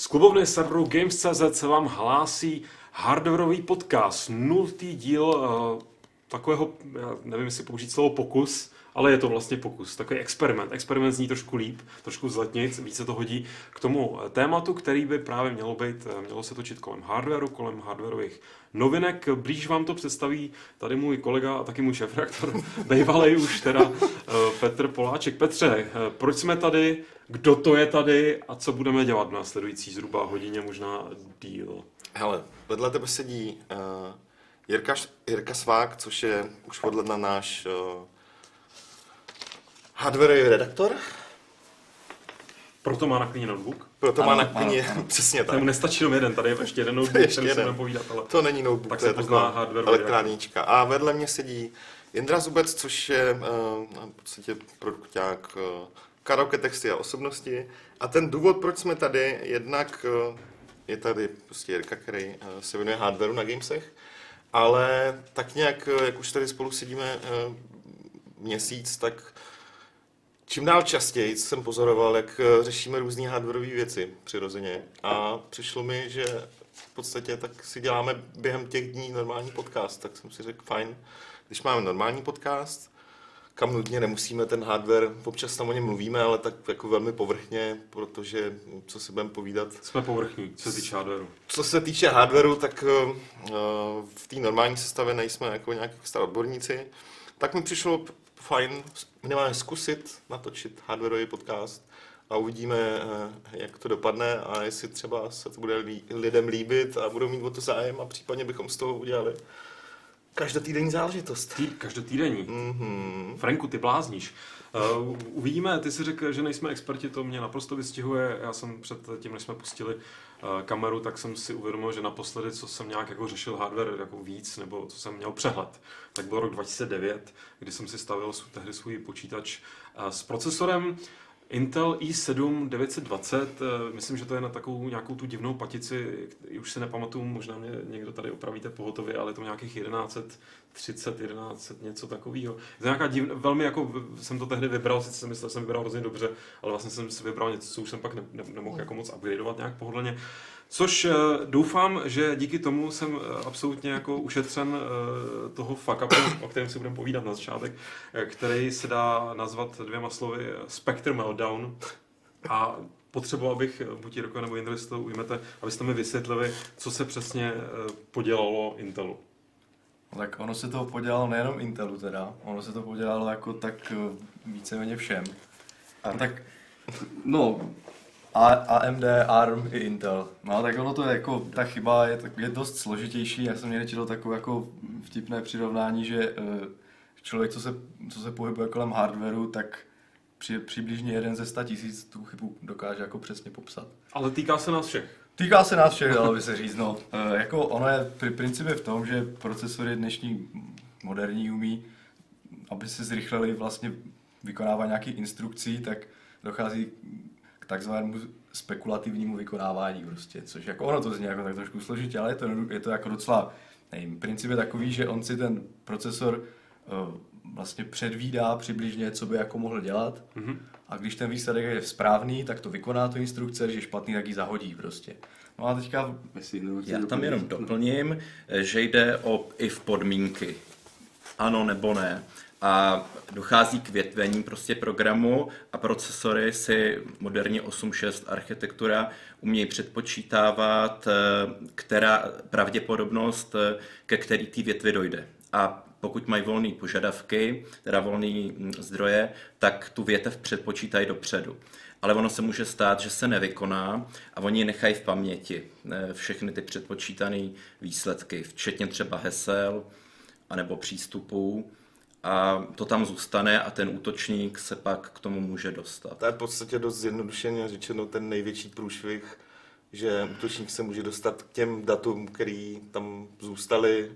Z klubovny serveru Games.cz se vám hlásí hardwareový podcast, 0. díl takového, já nevím, jestli použít slovo pokus, ale je to vlastně pokus, takový experiment. Experiment zní trošku líp, trošku zletnic, více to hodí k tomu tématu, který by právě mělo se točit kolem hardwareu, kolem hardwareových novinek. Blíž vám to představí tady můj kolega a taky můj šéfredaktor, bývalej už teda Petr Poláček. Petře, proč jsme tady, kdo to je tady a co budeme dělat v následující zhruba hodině, možná díl? Hele, vedle tebe sedí Jirka Svák, což je už od ledna náš hardwareový redaktor. Proto má na klíně notebook? Proto má na klíně, přesně tak. Tomu nestačí jenom jeden, tady je ještě jeden notebook, který se budeme povídat. Ale to není notebook, tak to je taková elektrárnička. A vedle mě sedí Jindra Zubec, což je v podstatě produkták karaoke texty a osobnosti. A ten důvod, proč jsme tady, jednak je tady prostě Jirka, který se věnuje hardwareu na gamesech, ale tak nějak, jak už tady spolu sedíme měsíc, tak čím dál častěji jsem pozoroval, jak řešíme různé hardwareové věci přirozeně. A přišlo mi, že v podstatě tak si děláme během těch dní normální podcast, tak jsem si řekl, fajn, když máme normální podcast, kam nutně nemusíme ten hardware, občas tam o něm mluvíme, ale tak jako velmi povrchně, protože co si budeme povídat. Jsme povrchní, co se týče hardwareu. Co se týče hardwareu, tak v té normální sestavě nejsme jako nějaký odborníci. Tak mi přišlo fajn minimálně zkusit natočit hardwareový podcast a uvidíme, jak to dopadne a jestli třeba se to bude lidem líbit a budou mít o to zájem a případně bychom z toho udělali každotýdenní záležitost. Každotýdenní? Mm-hmm. Franku, ty blázníš. Uvidíme, ty si řekl, že nejsme experti, to mě naprosto vystihuje. Já jsem před tím, než jsme pustili kameru, tak jsem si uvědomil, že naposledy, co jsem nějak jako řešil hardware jako víc, nebo co jsem měl přehled, tak byl rok 2009, kdy jsem si stavil tehdy svůj počítač s procesorem Intel i7 920, myslím, že to je na takovou nějakou tu divnou patici, už si nepamatuju, možná mě někdo tady opravíte pohotově, ale je to nějakých 1130, něco takového. To je nějaká velmi jako, jsem to tehdy vybral, sice jsem myslel, že jsem vybral hrozně dobře, ale vlastně jsem si vybral něco, co už jsem pak nemohl jako moc upgradeovat nějak pohodlně. Což doufám, že díky tomu jsem absolutně jako ušetřen toho fuck upu, o kterém si budeme povídat na začátek, který se dá nazvat dvěma slovy Spectre Meltdown. A potřeboval bych, buď Jirko nebo Jindra, si to ujmete, abyste mi vysvětlili, co se přesně podělalo Intelu. Tak ono se toho podělalo nejenom Intelu teda, ono se to podělalo jako tak víceméně všem. A tak, no, AMD, ARM i Intel. No tak ono to je jako, ta chyba je dost složitější. Já jsem někde četl takové jako vtipné přirovnání, že člověk, co se pohybuje kolem hardwareu, tak přibližně 1 ze 100 000 tu chybu dokáže jako přesně popsat. Ale týká se nás všech. Týká se nás všech, dalo by se říct. No. Jako ono je princip je v tom, že procesory dnešní moderní umí, aby se zrychlili vlastně vykonávání nějakých instrukcí, tak dochází k takzvanému spekulativnímu vykonávání prostě, což jako ono to zní jako tak trošku složitě, ale je to jako docela, nevím, princip je takový, že on si ten procesor vlastně předvídá přibližně, co by jako mohl dělat, a když ten výsledek je správný, tak to vykoná tu instrukce, když je špatný, tak ji zahodí prostě. No a teďka... Já tam jenom doplním, že jde o if podmínky. Ano nebo ne. A dochází k větvení prostě programu a procesory si moderní 8.6 architektura umějí předpočítávat, která pravděpodobnost, ke který té větvi dojde. A pokud mají volné požadavky, teda volné zdroje, tak tu větev předpočítají dopředu. Ale ono se může stát, že se nevykoná a oni nechají v paměti všechny ty předpočítané výsledky, včetně třeba hesel anebo přístupů. A to tam zůstane a ten útočník se pak k tomu může dostat. To je v podstatě dost zjednodušeně řečeno ten největší průšvih, že útočník se může dostat k těm datům, který tam zůstaly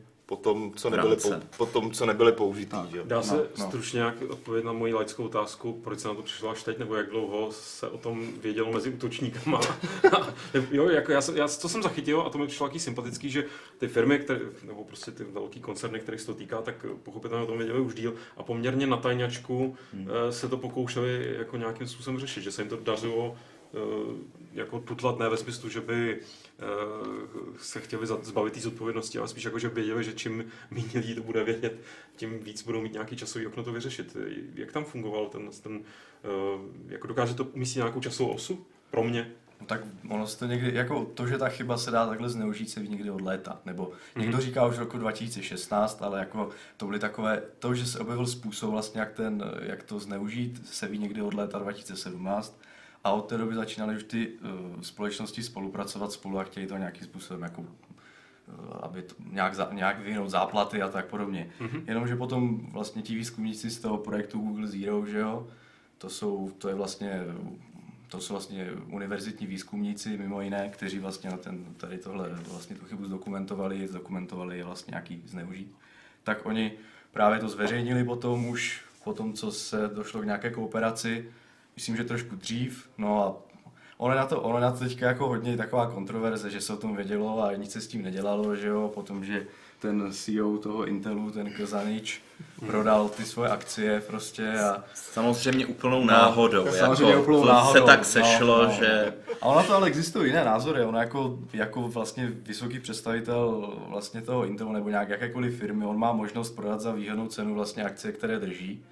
po tom, co nebyly použitý. Dá se stručně nějak odpovědět na moji laickou otázku, proč se na to přišlo až teď, nebo jak dlouho se o tom vědělo mezi útočníkama? Jo, jako já to jsem zachytil a to mi přišlo taky sympatický, že ty firmy, nebo prostě ty velký koncerny, kterých se to týká, tak pochopitelně o tom věděli už díl a poměrně na tajňačku se to pokoušeli jako nějakým způsobem řešit, že se jim to dařilo jako tutlat, ne ve smyslu, že by se chtěli zbavit té zodpovědnosti, ale spíš jako, že věděli, že čím méně lidí to bude vědět, tím víc budou mít nějaký časový okno to vyřešit. Jak tam fungoval ten jako dokáže to umístit nějakou časovou osu? Pro mě? No tak ono se to někdy, jako to, že ta chyba se dá takhle zneužít, se ví někdy od léta. Nebo někdo říká už roku 2016, ale jako to byly takové, to, že se objevil způsob vlastně, jak to zneužít, se ví někdy od léta 2017. A od té doby začínaly už ty společnosti spolupracovat spolu a chtěli to nějakým způsobem, jako, aby to nějak vyvinout záplaty a tak podobně. Jenomže potom vlastně ti výzkumníci z toho projektu Google Zero, že jo, to jsou vlastně univerzitní výzkumníci mimo jiné, kteří vlastně na tady tohle vlastně tu chybu zdokumentovali je vlastně nějaký zneužít. Tak oni právě to zveřejnili potom, co se došlo k nějaké kooperaci, myslím, že trošku dřív, no a ono je na to teďka jako hodně taková kontroverze, že se o tom vědělo a nic se s tím nedělalo, že jo, potom, že ten CEO toho Intelu, ten Kazanič, prodal ty svoje akcie prostě a... Samozřejmě úplnou náhodou, samozřejmě úplnou náhodou, se tak sešlo, že... A ono to ale existují jiné názory, ono jako vlastně vysoký představitel vlastně toho Intelu nebo jakékoliv firmy, on má možnost prodat za výhodnou cenu vlastně akcie, které drží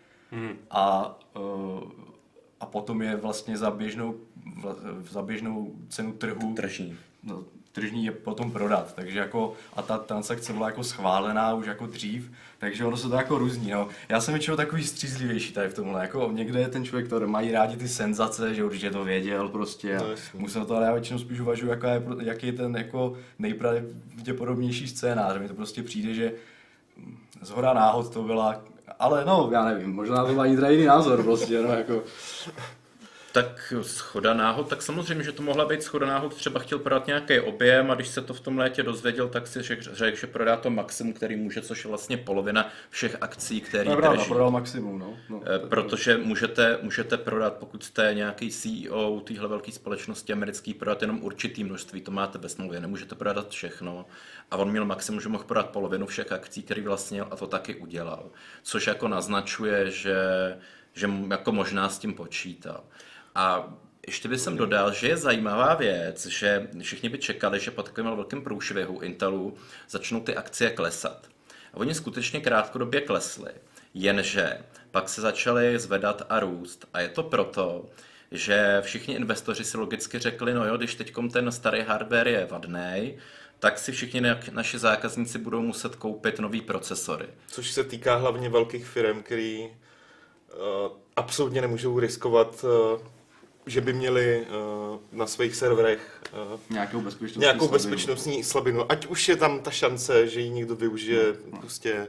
a potom je vlastně za běžnou cenu trhu tržní je potom prodat, takže jako a ta transakce byla jako schválená už jako dřív, takže ono se to jako různí, no. Já jsem většinou takový střízlivější tady v tomhle, jako někde je ten člověk, který mají rádi ty senzace, že určitě to věděl prostě a musel to, ale já většinou spíš uvažuji, jaký je ten jako nejpravděpodobnější scénář, mi to prostě přijde, že zhoda náhod to byla, ale no, já nevím, možná to má jiný názor prostě, no jako... Tak shoda náhod, tak samozřejmě, že to mohla být shoda náhod, třeba chtěl prodat nějaký objem a když se to v tom létě dozvěděl, tak si řekl, že prodá to maximum, který může, což je vlastně polovina všech akcí, který drží. Prodal maximum, no. Protože můžete prodat, pokud jste nějaký CEO téhle velké společnosti americký, prodat jenom určitý množství, to máte ve smlouvě, nemůžete prodat všechno. A on měl maximum, že mohl prodat polovinu všech akcí, který vlastnil a to taky udělal. Což jako naznačuje, že jako možná s tím počítal. A ještě bych jsem dodal, že je zajímavá věc, že všichni by čekali, že po takovém velkém průšvihu Intelu začnou ty akcie klesat. A oni skutečně krátkodobě klesly, jenže pak se začaly zvedat a růst. A je to proto, že všichni investoři si logicky řekli, no jo, když teďkom ten starý hardware je vadnej, tak si všichni naši zákazníci budou muset koupit nový procesory. Což se týká hlavně velkých firm, který absolutně nemůžou riskovat, že by měli na svých serverech nějakou bezpečnostní slabinu. Ať už je tam ta šance, že ji někdo využije prostě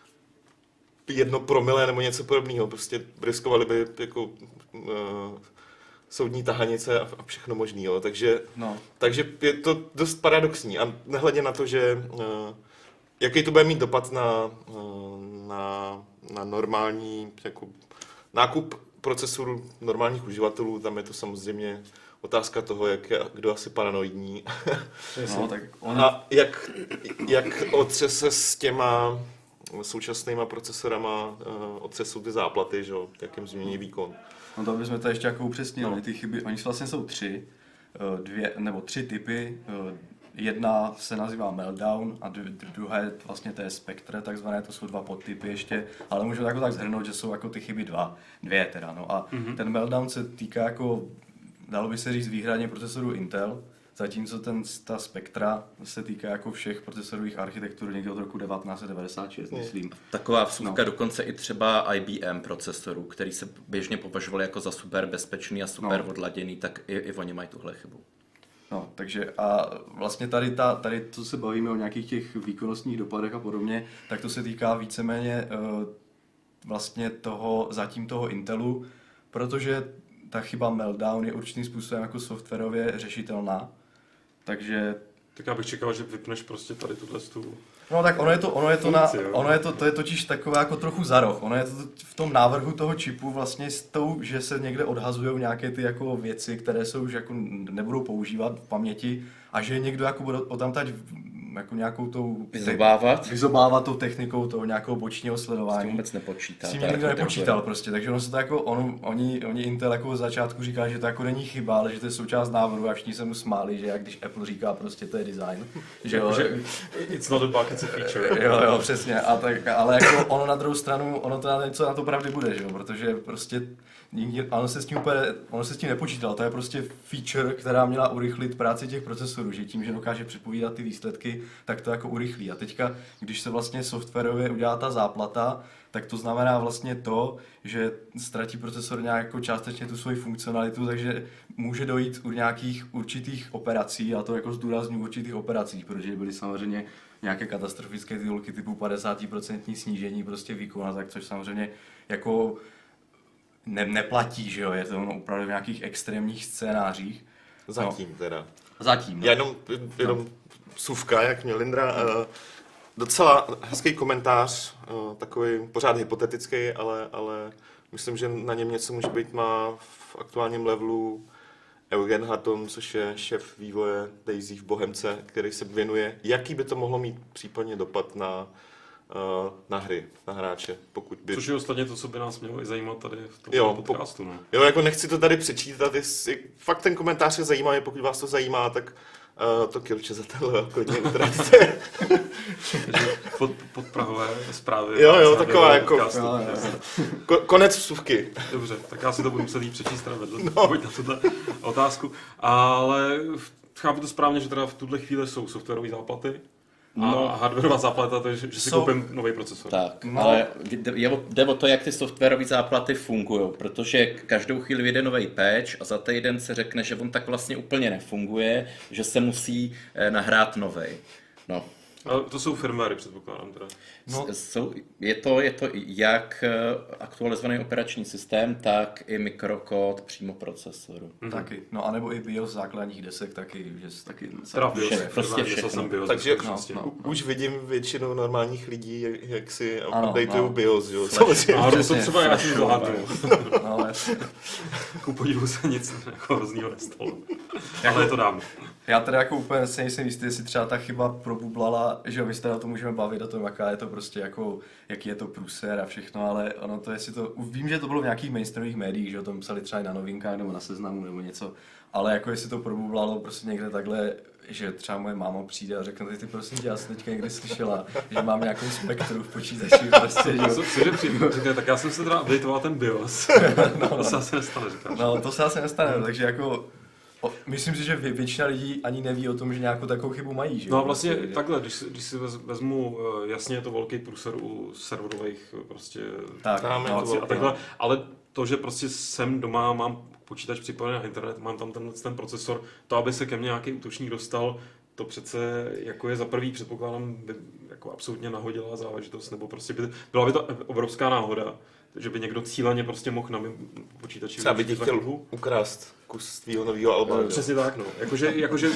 1 promile nebo něco podobného. Prostě riskovali by jako soudní tahanice a všechno možné. Takže je to dost paradoxní. A nehledě na to, že jaký to bude mít dopad na normální jako nákup procesorů normálních uživatelů, tam je to samozřejmě otázka toho, jak je kdo asi paranoidní. A jak otřese s těma současnýma procesorama otřesou ty záplaty, že? Jak jim změní výkon. No to bychom to ještě jako upřesnili. Ty chyby, oni vlastně jsou 3 typy. Jedna se nazývá Meltdown a druhá je vlastně té Spectre, takzvané, to jsou 2 podtypy ještě, ale můžu jako tak shrnout, že jsou jako ty chyby dvě teda, no a ten Meltdown se týká jako, dalo by se říct výhradně procesorů Intel, zatímco ta Spectra se týká jako všech procesorových architektur někdy od roku 1996, myslím. Taková vsuvka dokonce i třeba IBM procesorů, který se běžně považovali jako za super bezpečný a super odladěný, tak i oni mají tuhle chybu. No, takže a vlastně tady co se bavíme o nějakých těch výkonnostních dopadech a podobně, tak to se týká víceméně vlastně zatím toho Intelu, protože ta chyba Meltdown je určitým způsobem jako softwarově řešitelná, takže... Tak já bych čekal, že vypneš prostě tady tuhle stůl. No tak to je totiž takové jako trochu za roh. Ono je to v tom návrhu toho čipu vlastně s tou, že se někde odhazujou nějaké ty jako věci, které se už jako nebudou používat v paměti a že někdo jako bude odtamtať jako nějakou tou... Vyzobávat tou technikou toho nějakého bočního sledování. S tím vůbec nepočítal. S tím nikdo nepočítal prostě, takže ono se to jako, oni Intel jako v začátku říkali, že to jako není chyba, ale že to je součást návrhu a všichni se mu smáli, že jak když Apple říká prostě to je design. Že jo, it's not a bug, it's a feature. Jo, přesně, a tak, ale jako ono na druhou stranu, ono to něco na to pravdy bude, že jo, protože prostě ono se s tím nepočítalo, to je prostě feature, která měla urychlit práci těch procesorů, že tím, že dokáže předpovídat ty výsledky, tak to jako urychlí. A teďka, když se vlastně softwarově udělá ta záplata, tak to znamená vlastně to, že ztratí procesor nějakou částečně tu svoji funkcionalitu, takže může dojít u nějakých určitých operací, a to jako zdůrazňuji určitých operací, protože byly samozřejmě nějaké katastrofické titulky typu 50% snížení prostě výkonu, tak což samozřejmě jako neplatí, že jo, je to opravdu v nějakých extrémních scénářích. Zatím teda. Zatím. Já jenom suvka, jak měl Lindra. Docela hezký komentář, takový pořád hypotetický, ale myslím, že na něm něco může být má v aktuálním levelu Eugen Hatton, což je šéf vývoje Daisy v Bohemce, který se věnuje, jaký by to mohlo mít případně dopad na hry, na hráče, pokud by... Což je ostatně to, co by nás mělo i zajímat tady v tomto podcastu. No. Jo, jako nechci to tady přečítat, fakt ten komentář je zajímavý, pokud vás to zajímá, tak to kilče za tenhle klidně utratíte. Podprahové zprávy. Jo, taková jako... Konec vsuvky. Dobře, tak já si to budu muset jít přečíst teda vedle, pojď na tuhle otázku. Ale chápu to správně, že teda v tuhle chvíli jsou softwarové záplaty. A hardwareová záplata, to je, že si koupím nový procesor. Tak, ale jde o to, jak ty softwarové záplaty fungují, protože každou chvíli vyjde nový patch a za týden se řekne, že on tak vlastně úplně nefunguje, že se musí nahrát nový. No. Ale to jsou firmwary, předpokládám teda. No. Je to jak aktualizovaný operační systém, tak i mikrokód přímo procesoru. Taky. No anebo i BIOS základních desek taky. Teda BIOS, prostě všechno. Takže už vidím většinu normálních lidí, jak si updateují BIOS, jo. A to třeba já si dohádnu. Ku podivu se nic jako hroznýho nestalo. Ale je to dávno. Já teda jako úplně se nejsem jistý, jestli třeba ta chyba probublala, že jo, my se teda o tom můžeme bavit o tom, jaká je to prostě jako, jaký je to průser a všechno, ale ono to, jestli to, vím, že to bylo v nějakých mainstreamových médiích, že o tom psali třeba i na Novinkách nebo na Seznamu nebo něco, ale jako jestli to probublalo prostě někde takhle, že třeba moje máma přijde a řekne, ty prosím tě, já jsem teďka někdy slyšela, že mám nějakou spektru v počítači prostě, že... Tak já jsem se teda updateoval ten BIOS. To se asi nestane, říkáš. No, to se asi nestane, takže jako... Myslím si, že většina lidí ani neví o tom, že nějakou takovou chybu mají. Že? No a vlastně takhle, když si vezmu, jasně je to velký průser u serverových prostě a takhle, ale to, že prostě jsem doma, mám počítač připojený na internet, mám tam ten procesor, to, aby se ke mně nějaký útočník dostal, to přece jako je za prvý, předpokládám, by jako absolutně nahodilá záležitost, nebo prostě byla by to obrovská náhoda, že by někdo cíleně prostě mohl na mém počítači... Třeba by ti chtěl ukrást kus tvýho nového alba. Přesně tak, no. Jakože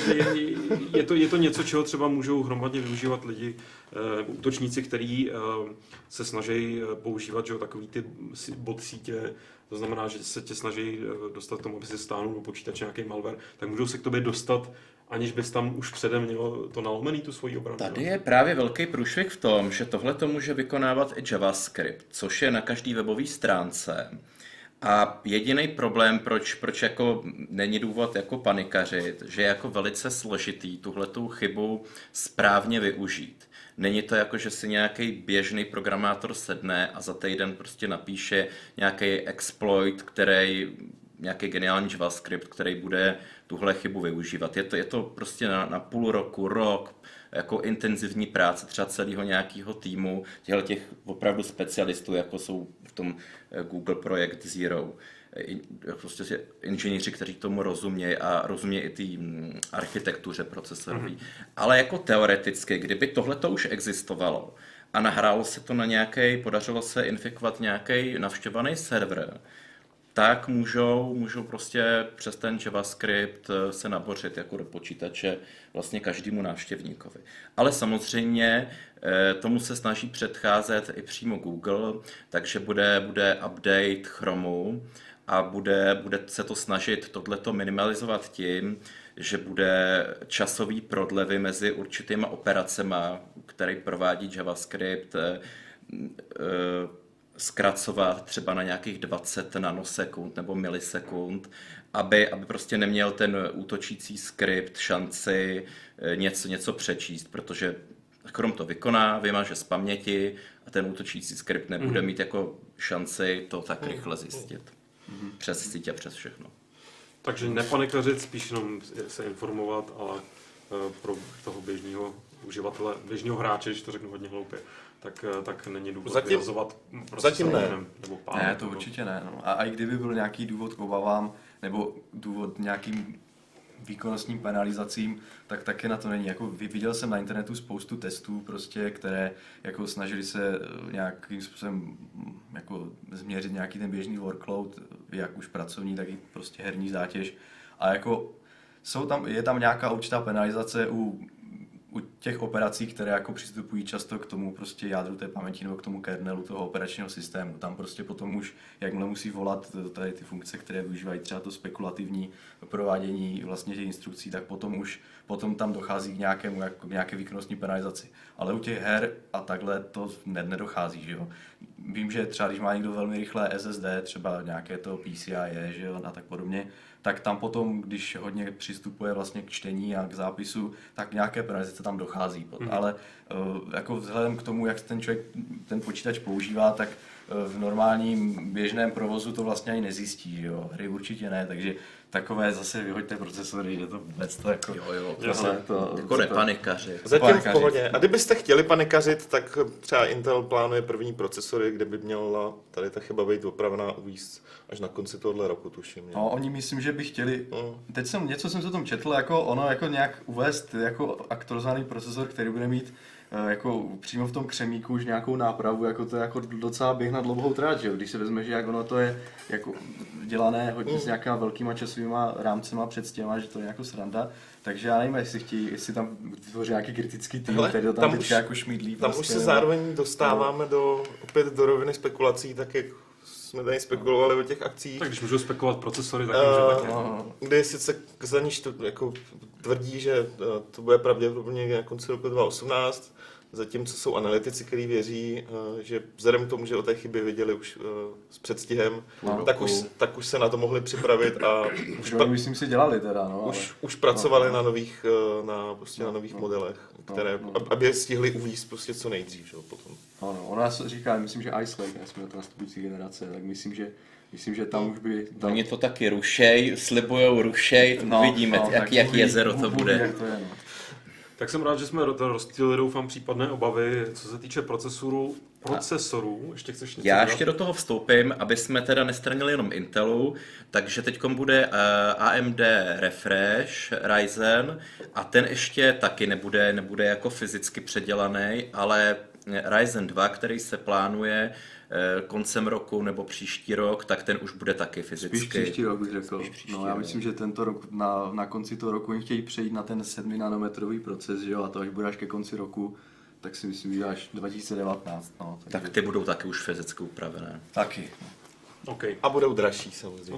je to něco, čeho třeba můžou hromadně využívat lidi, útočníci, kteří se snaží používat, že, takový ty bot sítě, to znamená, že se tě snaží dostat k tomu, aby si stáhnul do počítače nějaký malware, tak můžou se k tobě dostat, aniž bys tam už předem měl to nalomený, tu svoji obranu. Tady je právě velký průšvih v tom, že tohle to může vykonávat i JavaScript, což je na každý webové stránce. A jediný problém, proč jako není důvod jako panikařit, že je jako velice složitý tuhletou chybu správně využít. Není to jako, že si nějaký běžný programátor sedne a za týden prostě napíše nějaký exploit, nějaký geniální JavaScript, který bude tuhle chybu využívat. Je to prostě na půl roku, rok, jako intenzivní práce třeba celého nějakého týmu, těch opravdu specialistů, jako jsou v tom Google Project Zero. Prostě inženýři, kteří tomu rozumějí a rozumějí i té architektuře procesorové. Ale jako teoreticky, kdyby tohleto už existovalo a nahrálo se to na podařilo se infikovat nějaký navštěvovaný server, tak můžou prostě přes ten JavaScript se nabořit jako do počítače vlastně každému návštěvníkovi. Ale samozřejmě tomu se snaží předcházet i přímo Google, takže bude update Chromu a bude se to snažit tohleto minimalizovat tím, že bude časový prodlevy mezi určitýma operacema, který provádí JavaScript, zkracovat třeba na nějakých 20 nanosekund nebo milisekund, aby prostě neměl ten útočící skript šanci něco přečíst, protože krom to vykoná, vymaže z paměti a ten útočící skript nebude mít jako šanci to tak rychle zjistit. Přes síť a přes všechno. Takže nepanikařit, spíš jenom se informovat, ale pro toho běžného uživatele, běžného hráče, když to řeknu hodně hloupě, tak není důvod vyhazovat zatím ne. Nebo pán. Ne, to určitě ne. No. A i kdyby byl nějaký důvod k obavám, nebo důvod nějakým výkonnostním penalizacím, tak taky na to není. Jako viděl jsem na internetu spoustu testů, prostě, které jako snažili se nějakým způsobem jako změřit nějaký ten běžný workload, jak už pracovní, tak i prostě herní zátěž. A jako je tam nějaká určitá penalizace u těch operací, které jako přistupují často k tomu prostě jádru té paměti nebo k tomu kernelu toho operačního systému. Tam prostě potom už, jakmile musí volat tady ty funkce, které využívají třeba to spekulativní provádění vlastně těch instrukcí, tak potom tam dochází k nějaké výkonnostní penalizaci. Ale u těch her a takhle to nedochází, že jo. Vím, že třeba když má někdo velmi rychlé SSD, třeba nějaké to PCIe, že jo, a tak podobně, tak tam potom, když hodně přistupuje vlastně k čtení a k zápisu, tak nějaké penalizace tam dochází. Ale jako vzhledem k tomu, jak ten počítač používá, tak v normálním běžném provozu to vlastně ani nezjistí, že jo. Hry určitě ne, takže takové zase vyhoďte procesory, že to vůbec to jako... Jo, jako nepanikaři. Zatím v pohodě. A kdybyste chtěli panikařit, tak třeba Intel plánuje první procesory, kde by měla tady ta chyba být opravená uvízt až na konci tohoto roku, tuším. No, oni myslím, že by chtěli... Teď jsem se o tom četl, jako nějak uvést jako aktualizovaný procesor, který bude mít jako přímo v tom křemíku už nějakou nápravu, jako to je jako docela běh na dlouhou tráť, že jo? Když se vezme, že jak ono to je jako dělané hodně s nějakýma velkýma časovýma rámcema před těma, že to je jako sranda, takže já nevím, jestli tam vytvoří nějaký kritický tým, který to tam teďka jako šmídlí. Tam prostě, už se zároveň dostáváme opět do roviny spekulací, tak jak jsme tady spekulovali o těch akcích. Tak když můžu spekulovat procesory, tak může taky. Kdy sice za níž to jako tvrdí, že to bude pravděpodobně na konci roku 2018, zatímco jsou analytici, kteří věří, že vzhledem k tomu, že o té chybě viděli už s předstihem, tak už se na to mohli připravit a myslím si dělali teda, no, už pracovali na nových modelech, které, aby stihli uvízt prostě co nejdřív, že, potom. Ano, ona říká, myslím, že Ice Lake, jsme to nastupující generace, tak myslím, že tam už by... Oni to taky slibujou rušej, uvidíme, jak jezero to bude. Jak to je, no. Tak jsem rád, že jsme rozptýlili, doufám, případné obavy, co se týče procesorů. Ještě chceš něco Já ještě do toho vstoupím, aby jsme teda nestranili jenom Intelu, takže teď bude AMD Refresh Ryzen a ten ještě taky nebude jako fyzicky předělaný, ale Ryzen 2, který se plánuje koncem roku nebo příští rok, tak ten už bude taky fyzicky. Spíš příští rok bych řekl. Já myslím, že tento rok, na konci toho roku oni chtějí přejít na ten 7 nanometrový proces, že jo, a to až bude až ke konci roku, tak si myslím, že až 2019. No, tak ty budou taky už fyzicky upravené. Taky. Okay. A budou dražší samozřejmě.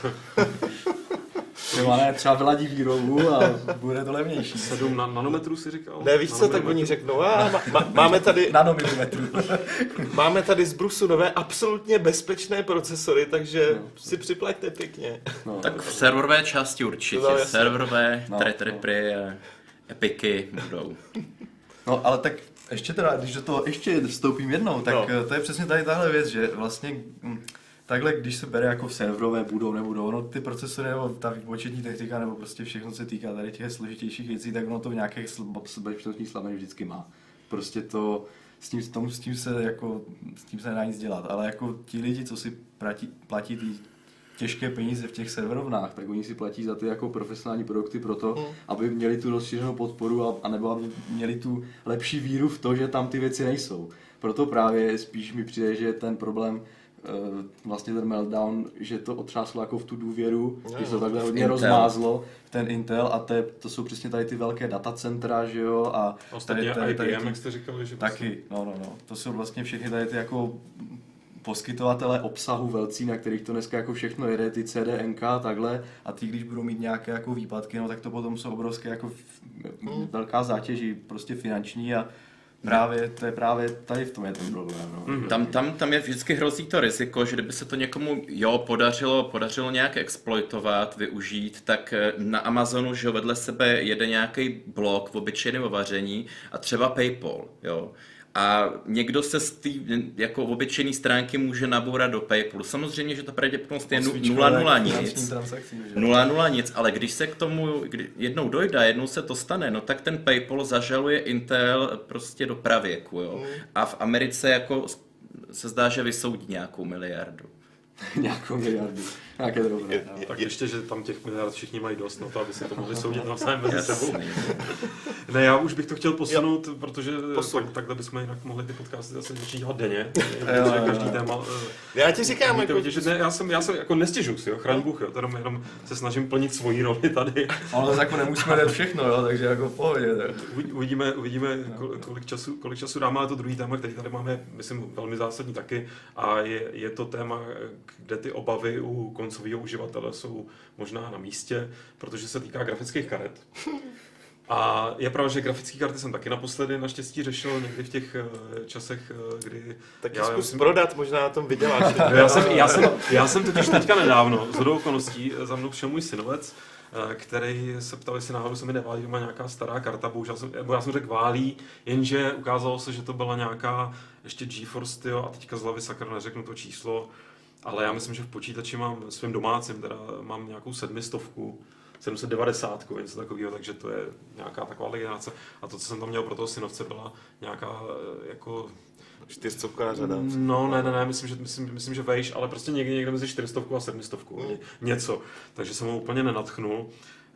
Třeba vyladí výrobu a bude to levnější. 7 nanometrů si říkal? Ne, víš co, tak oni řeknou, máme tady... Nanomilimetrů. Máme tady z brusu nové absolutně bezpečné procesory, takže si připlaťte pěkně. No, tak v serverové části určitě. Serverové, threadrippery a epiky budou. No, ale tak ještě teda, když do toho ještě vstoupím jednou, tak to je přesně tady tahle věc, že vlastně takhle, když se bere jako serverové nebudou, no ty procesory nebo ta výpočetní technika nebo prostě všechno, co se týká tady těch složitějších věcí, tak ono to v nějakých bezpečnostních slabinách vždycky má. Prostě to, s tím se nedá nic dělat, ale jako ti lidi, co si platí ty těžké peníze v těch serverovnách, tak oni si platí za ty jako profesionální produkty proto, aby měli tu rozšířenou podporu a nebo aby měli tu lepší víru v to, že tam ty věci nejsou. Proto právě spíš mi přijde, že ten problém vlastně ten meltdown, že to otřáslo jako v tu důvěru, že se to takhle hodně rozmázlo, ten Intel a to jsou přesně tady ty velké datacentra, že jo, a ostatně IBM, jak jste říkali, že taky, no, to jsou vlastně všechny tady ty jako poskytovatelé obsahu velcí, na kterých to dneska jako všechno jede, ty CDNK, takhle, a ty, když budou mít nějaké jako výpadky, no tak to potom jsou obrovské jako velká zátěž, prostě finanční a právě, to je právě tady v tom je ten problém. No. Tam je vždycky hrozí to riziko, že kdyby se to někomu podařilo nějak exploitovat, využít, tak na Amazonu, že vedle sebe jede nějaký blog v obyčejném vaření a třeba PayPal, jo. A někdo se z té jako obyčejné stránky může nabourat do PayPalu. Samozřejmě, že ta pravděpodobnost je 0,0 nic, ale když se k tomu jednou dojde, jednou se to stane, no tak ten PayPal zažaluje Intel prostě do pravěku, jo. A v Americe jako se zdá, že vysoudí nějakou miliardu. Nějakou miliardu. Nějaké drobné. Tak ještě, že tam těch miliard všichni mají dost na to, aby si to mohli soudit navzájem mezi sebou. Ne, já už bych to chtěl posunout, protože takhle bychom jinak mohli ty podcasty zase začít dělat denně. Každý téma. Já ti říkám, jako... Vidět, že ne, já jsem jako nestěžuju si, jo, chraň Bůh, jo, teda jenom se snažím plnit svoji roli tady. Ale to jako nemusíme dát všechno, jo, takže jako v pohodě. Uvidíme kolik času dáme, ale to druhý téma, který tady máme, myslím, velmi zásadní taky, a je to téma, kde ty obavy u koncového uživatele jsou možná na místě, protože se týká grafických karet. A je pravda, že grafické karty jsem taky naposledy naštěstí řešil někdy v těch časech, kdy... Tak zkus prodat, možná na tom vyděláš. Já jsem totiž teďka nedávno, shodou okolností, za mnou přišel můj synovec, který se ptal, jestli náhodou se mi neválí doma nějaká stará karta, já jsem řekl válí, jenže ukázalo se, že to byla nějaká ještě GeForce, tyjo, a teďka z hlavy sakra neřeknu to číslo, ale já myslím, že v počítači mám svým domácím, teda mám nějakou 790, něco takového, takže to je nějaká taková generace. A to, co jsem tam měl pro toho synovce, byla nějaká jako... 400 řada. No, ne, myslím, že vejš, ale prostě někde mezi 400 a 700, něco. Takže jsem ho úplně nenadchnul.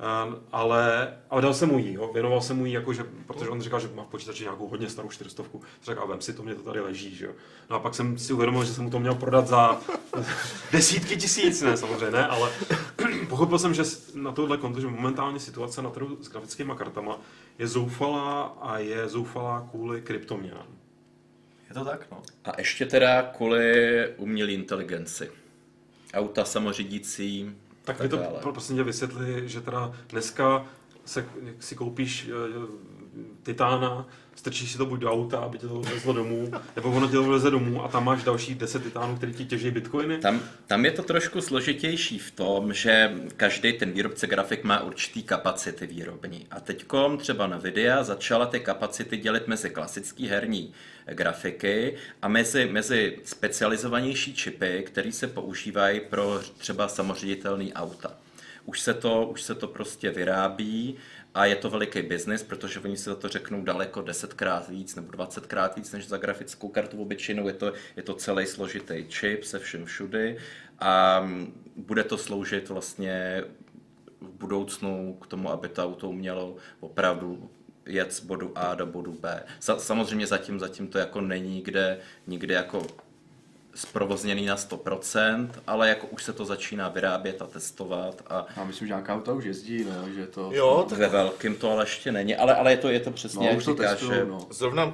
Ale dal jsem mu jí, věnoval jsem mu jí, jakože, protože on říkal, že má v počítači nějakou hodně starou 400. Řekl, vem si to, mě to tady leží, že jo. No a pak jsem si uvědomil, že jsem mu to měl prodat za desítky tisíc, ne, samozřejmě ne, ale pochopil jsem, že na tohle konto, že momentálně situace na trhu s grafickými kartama je zoufalá a je zoufalá kvůli kryptoměnám. Je to tak, no. A ještě teda kvůli umělé inteligenci. Auta samořídící. Tak mi to prostě tě vysvětli, že teda dneska si koupíš titána, strčíš si to buď do auta, aby tě to vezlo domů, nebo ono tě to vleze domů a tam máš další 10 titánů, který ti těží bitcoiny. Tam je to trošku složitější v tom, že každý ten výrobce grafik má určitý kapacity výrobní. A teďkom třeba Nvidia začala ty kapacity dělit mezi klasický herní grafiky a mezi specializovanější čipy, které se používají pro třeba samoředitelný auta. Už se to prostě vyrábí a je to veliký biznis, protože oni si za to řeknou daleko 10krát víc nebo 20krát víc než za grafickou kartu obyčejnou. Je to celý složitý čip se všem všudy a bude to sloužit vlastně v budoucnu k tomu, aby to auto umělo opravdu jet z bodu A do bodu B. Samozřejmě zatím to jako není nikde jako zprovozněný na 100%, ale jako už se to začíná vyrábět a testovat. A myslím, že nějaká auta už jezdí, no, že to... Jo, ve velkým to ale ještě není, ale je to přesně, jak říkáš, že... No. Zrovna,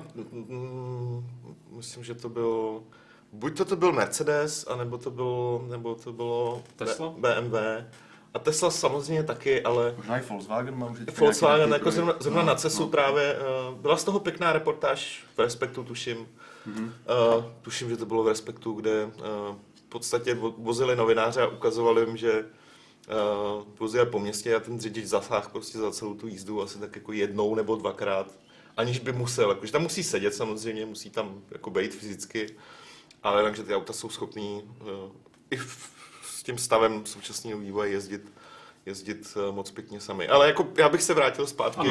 myslím, že to byl... Buď to byl Mercedes, anebo to bylo Tesla? BMW. A Tesla samozřejmě taky, ale... Možná i Volkswagen mám už... Volkswagen, jako zrovna na CESu právě, byla z toho pěkná reportáž v Respektu, tuším. Tuším, že to bylo v Respektu, kde v podstatě vozili novináře a ukazovali jim, že vozili po městě a ten řidič zasáhl prostě za celou tu jízdu asi tak jako jednou nebo dvakrát, aniž by musel, jakože tam musí sedět samozřejmě, musí tam jako být fyzicky, ale takže ty auta jsou schopný i s tím stavem současného vývoje jezdit moc pěkně sami. Ale jako já bych se vrátil zpátky.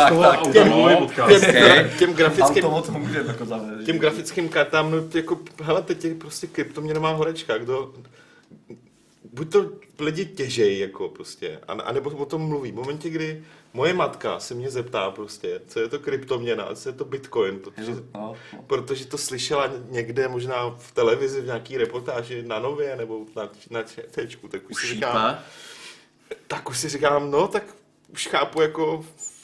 Těm grafickým kartám, no jako, hele, teď je prostě kryptoměnová horečka, buď to lidi těžej, jako prostě, anebo o tom mluví. V momentě, kdy moje matka se mě zeptá prostě, co je to kryptoměna, co je to bitcoin, protože to slyšela někde možná v televizi, v nějaký reportáži na Nově, nebo na ČTčku, tak už si říkám, no, tak už chápu, jako v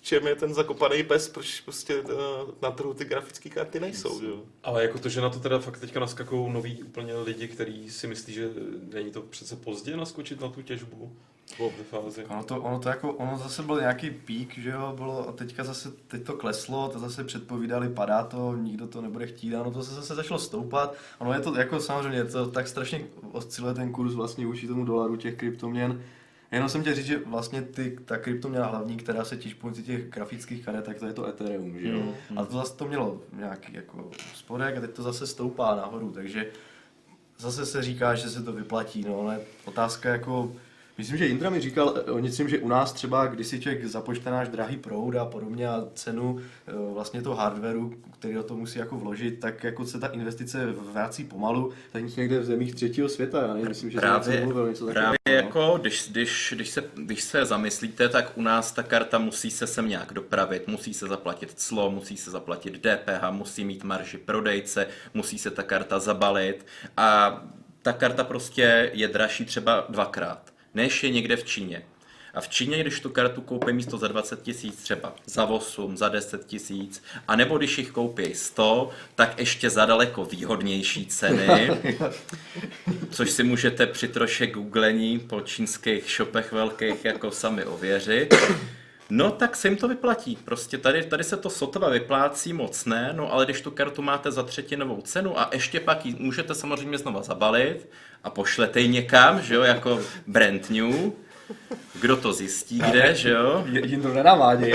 čem je ten zakopaný pes, proč prostě na trhu ty grafické karty nejsou, jo. Ale jako to, že na to teda fakt teďka naskakují noví úplně lidi, kteří si myslí, že není to přece pozdě naskočit na tu těžbu v fázi. Ono zase byl nějaký pík, že jo, bylo a teď to kleslo, to zase předpovídali, padá to, nikdo to nebude chtít, ano, to se zase začalo stoupat. Ono je to jako samozřejmě, to tak strašně osciluje ten kurz vlastně vůči tomu dolaru těch kryptoměn. Jenom jsem chtěl říct, že vlastně ta kryptoměna hlavní, která se těží pomocí těch grafických karet, tak to je to Ethereum, že jo. A to zase to mělo nějaký jako spodek a teď to zase stoupá nahoru, takže zase se říká, že se to vyplatí, no, ale otázka jako... Myslím, že Indra mi říkal o něčem, že u nás třeba, když si člověk započte náš drahý proud a podobně a cenu vlastně toho hardwareu, který do toho musí jako vložit, tak jako se ta investice vrací pomalu, tak nic někde v zemích třetího světa, já myslím, že právě, mluvil něco právě takového. jako, když se zamyslíte, tak u nás ta karta musí se sem nějak dopravit, musí se zaplatit clo, musí se zaplatit DPH, musí mít marži prodejce, musí se ta karta zabalit a ta karta prostě je dražší třeba 2x. Než je někde v Číně. A v Číně, když tu kartu koupí místo za 20 000 třeba za 8, za 10 000, anebo když jich koupí 100, tak ještě za daleko výhodnější ceny, což si můžete při troše googlení po čínských shopech velkých jako sami ověřit. No tak se jim to vyplatí. Prostě tady se to sotva vyplácí moc ne, no ale když tu kartu máte za třetinovou cenu a ještě pak ji můžete samozřejmě znova zabalit a pošlete ji někam, že jo, jako brand new. Kdo to zjistí, kde, že jo? Jindro, nenaváděj.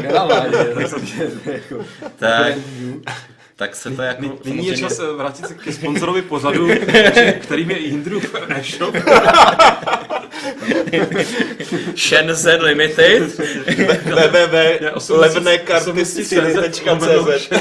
Tak se to jako... Nyní je čas vrátit se ke sponzorovi pořadu, kterým je Jindrův e-shop. Shenzhen Limited www.levnekartysceny.cz.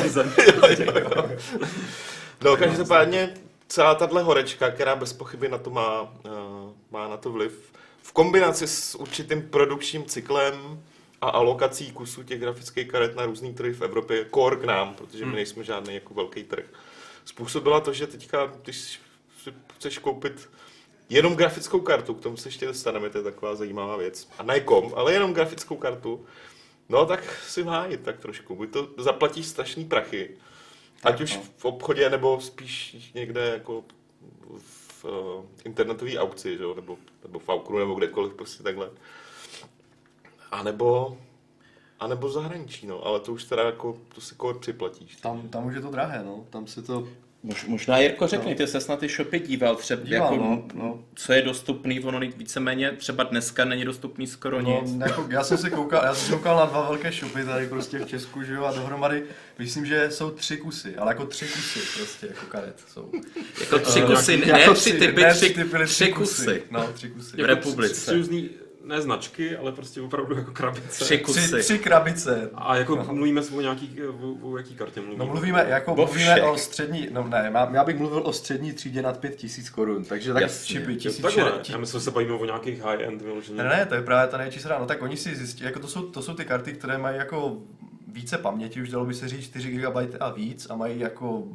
No, každopádně celá tahle horečka, která bez pochyby na to má na to vliv, v kombinaci s určitým produkčním cyklem a alokací kusů těch grafických karet na různý trhy v Evropě, core k nám, protože my nejsme žádný jako velký trh, způsobila to, že teďka, když si chceš koupit jenom grafickou kartu, k tomu se ještě dostaneme, to je taková zajímavá věc, a ne kom, ale jenom grafickou kartu, no tak si v háji tak trošku, buď to zaplatíš strašný prachy, ať už v obchodě, nebo spíš někde jako v internetové aukci, že? Nebo v Aukru, nebo kdekoliv, prostě takhle. A nebo v zahraničí, no, ale to už teda jako, to si připlatíš. Tam už je to drahé, no, tam se to... Možná, Jirko, řekni, ty ses na ty shopy díval třeba, jako, co je dostupný, ono víceméně třeba dneska není dostupný skoro nic. Jako, já jsem se koukal na 2 velké shopy tady prostě v Česku, že jo, a dohromady myslím, že jsou 3 kusy, ale jako 3 kusy prostě, jako karet jsou. Jako 3 kusy, ne 3 typy, 3 kusy. No, 3 kusy. V republice. 3 různý, ne značky, ale prostě opravdu jako krabice. 3 kusy. 3 krabice. A jako mluvíme o o jaký kartě mluvíme? No mluvíme o střední, já bych mluvil o střední třídě nad 5 000 korun, takže tak čipy 1000. Já myslím, že se bavíme o nějakých high-end vyloženě. Ne, to je právě ta největší sranda. No tak oni si zjistí, jako to jsou ty karty, které mají jako více paměti, už dalo by se říct 4 GB a víc a mají jako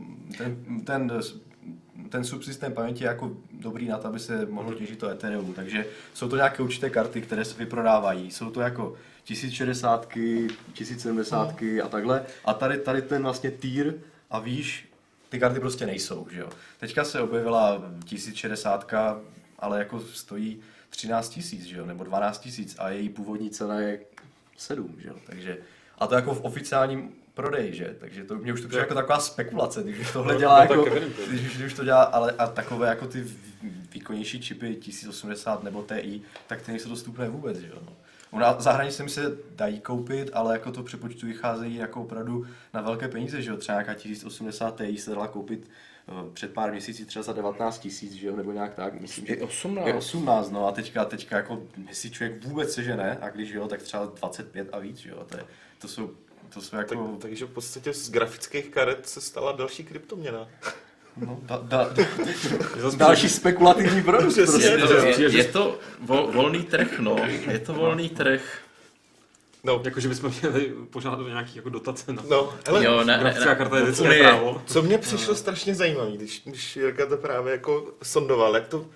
ten subsystém paměti je jako dobrý na to, aby se mohlo těžit to Ethereum, takže jsou to nějaké určité karty, které se vyprodávají, jsou to jako 1060, 1070 a takhle a tady ten vlastně tier a výš, ty karty prostě nejsou, že jo. Teďka se objevila 1060, ale jako stojí 13 000, že jo, nebo 12 000 a její původní cena je 7, že jo, takže a to jako v oficiálním prodej, že? Takže to mě už to přijde jako taková spekulace, když tohle dělá jako, když to dělá, ale a takové jako ty výkonnější čipy 1080 nebo Ti, tak ty nejsou dostupné vůbec, že jo? V zahraničí se dají koupit, ale jako to přepočtu vycházejí jako opravdu na velké peníze, že jo? Třeba nějaká 1080 Ti se dala koupit před pár měsíci třeba za 19 000, že jo? Nebo nějak tak, myslím, že 18, no a teďka jako, jestli člověk vůbec sežene, a když jo, tak třeba 25 a víc, že jo? To jsou jako... Takže v podstatě z grafických karet se stala další kryptoměna. No, další spekulativní produkt. Je to volný trh, no. Je to volný trh. No, jakože bychom měli požádat o nějaký jako dotace na grafická karta je vždycky právo. Co mě přišlo strašně zajímavé, když Jirka to právě jako sondoval, jak to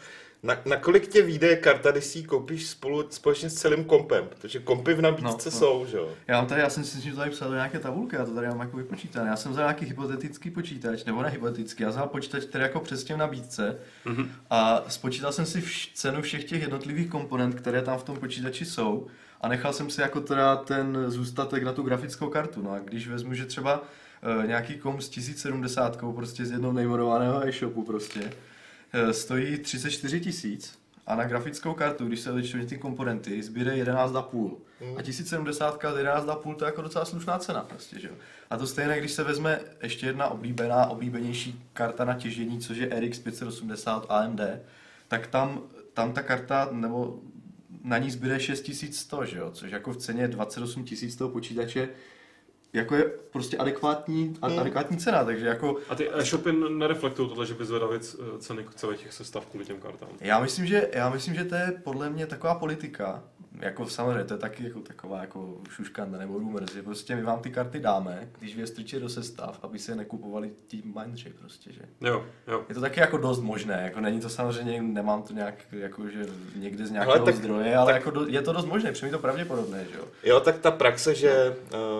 Na kolik tě vyjde karta, když si ji koupíš společně s celým kompem? Protože kompy v nabídce jsou, že jo? Já jsem si tady psal do nějaké tabulky, já to tady mám jako vypočítané. Já jsem vzal nějaký hypotetický počítač, nebo ne hypotetický, já jsem vzal počítač, který jako přesně v nabídce a spočítal jsem si cenu všech těch jednotlivých komponent, které tam v tom počítači jsou a nechal jsem si jako teda ten zůstatek na tu grafickou kartu. No a když vezmu, že třeba nějaký komp s 1070 prostě z jednoho nejmenovaného e-shopu prostě stojí 34 000 a na grafickou kartu, když se odečtou ty komponenty, zbyde 11,5. A 1070 z 11,5 to je jako docela slušná cena prostě, že jo. A to stejné, když se vezme ještě jedna oblíbenější karta na těžení, což je RX 580 AMD, tak tam ta karta, nebo na ní zbyde 6100, že jo, což jako v ceně 28 000 toho počítače jako je prostě adekvátní cena, takže jako... A ty e-shopy nereflektují tohle, že by zvedali ceny celých těch sestav kvůli těm kartám? Já myslím, že to je podle mě taková politika, jako samozřejmě to je taky jako taková jako šuškanda nebo rumor, že prostě my vám ty karty dáme, když vy je strčíte do sestav, aby se nekupovali ti mindři prostě, že? Jo. Je to taky jako dost možné, jako není to samozřejmě, nemám to nějak jako, že někde z nějakého zdroje, ale jako je to dost možné, protože mi to pravděpodobné, že jo? Jo, tak ta praxe, že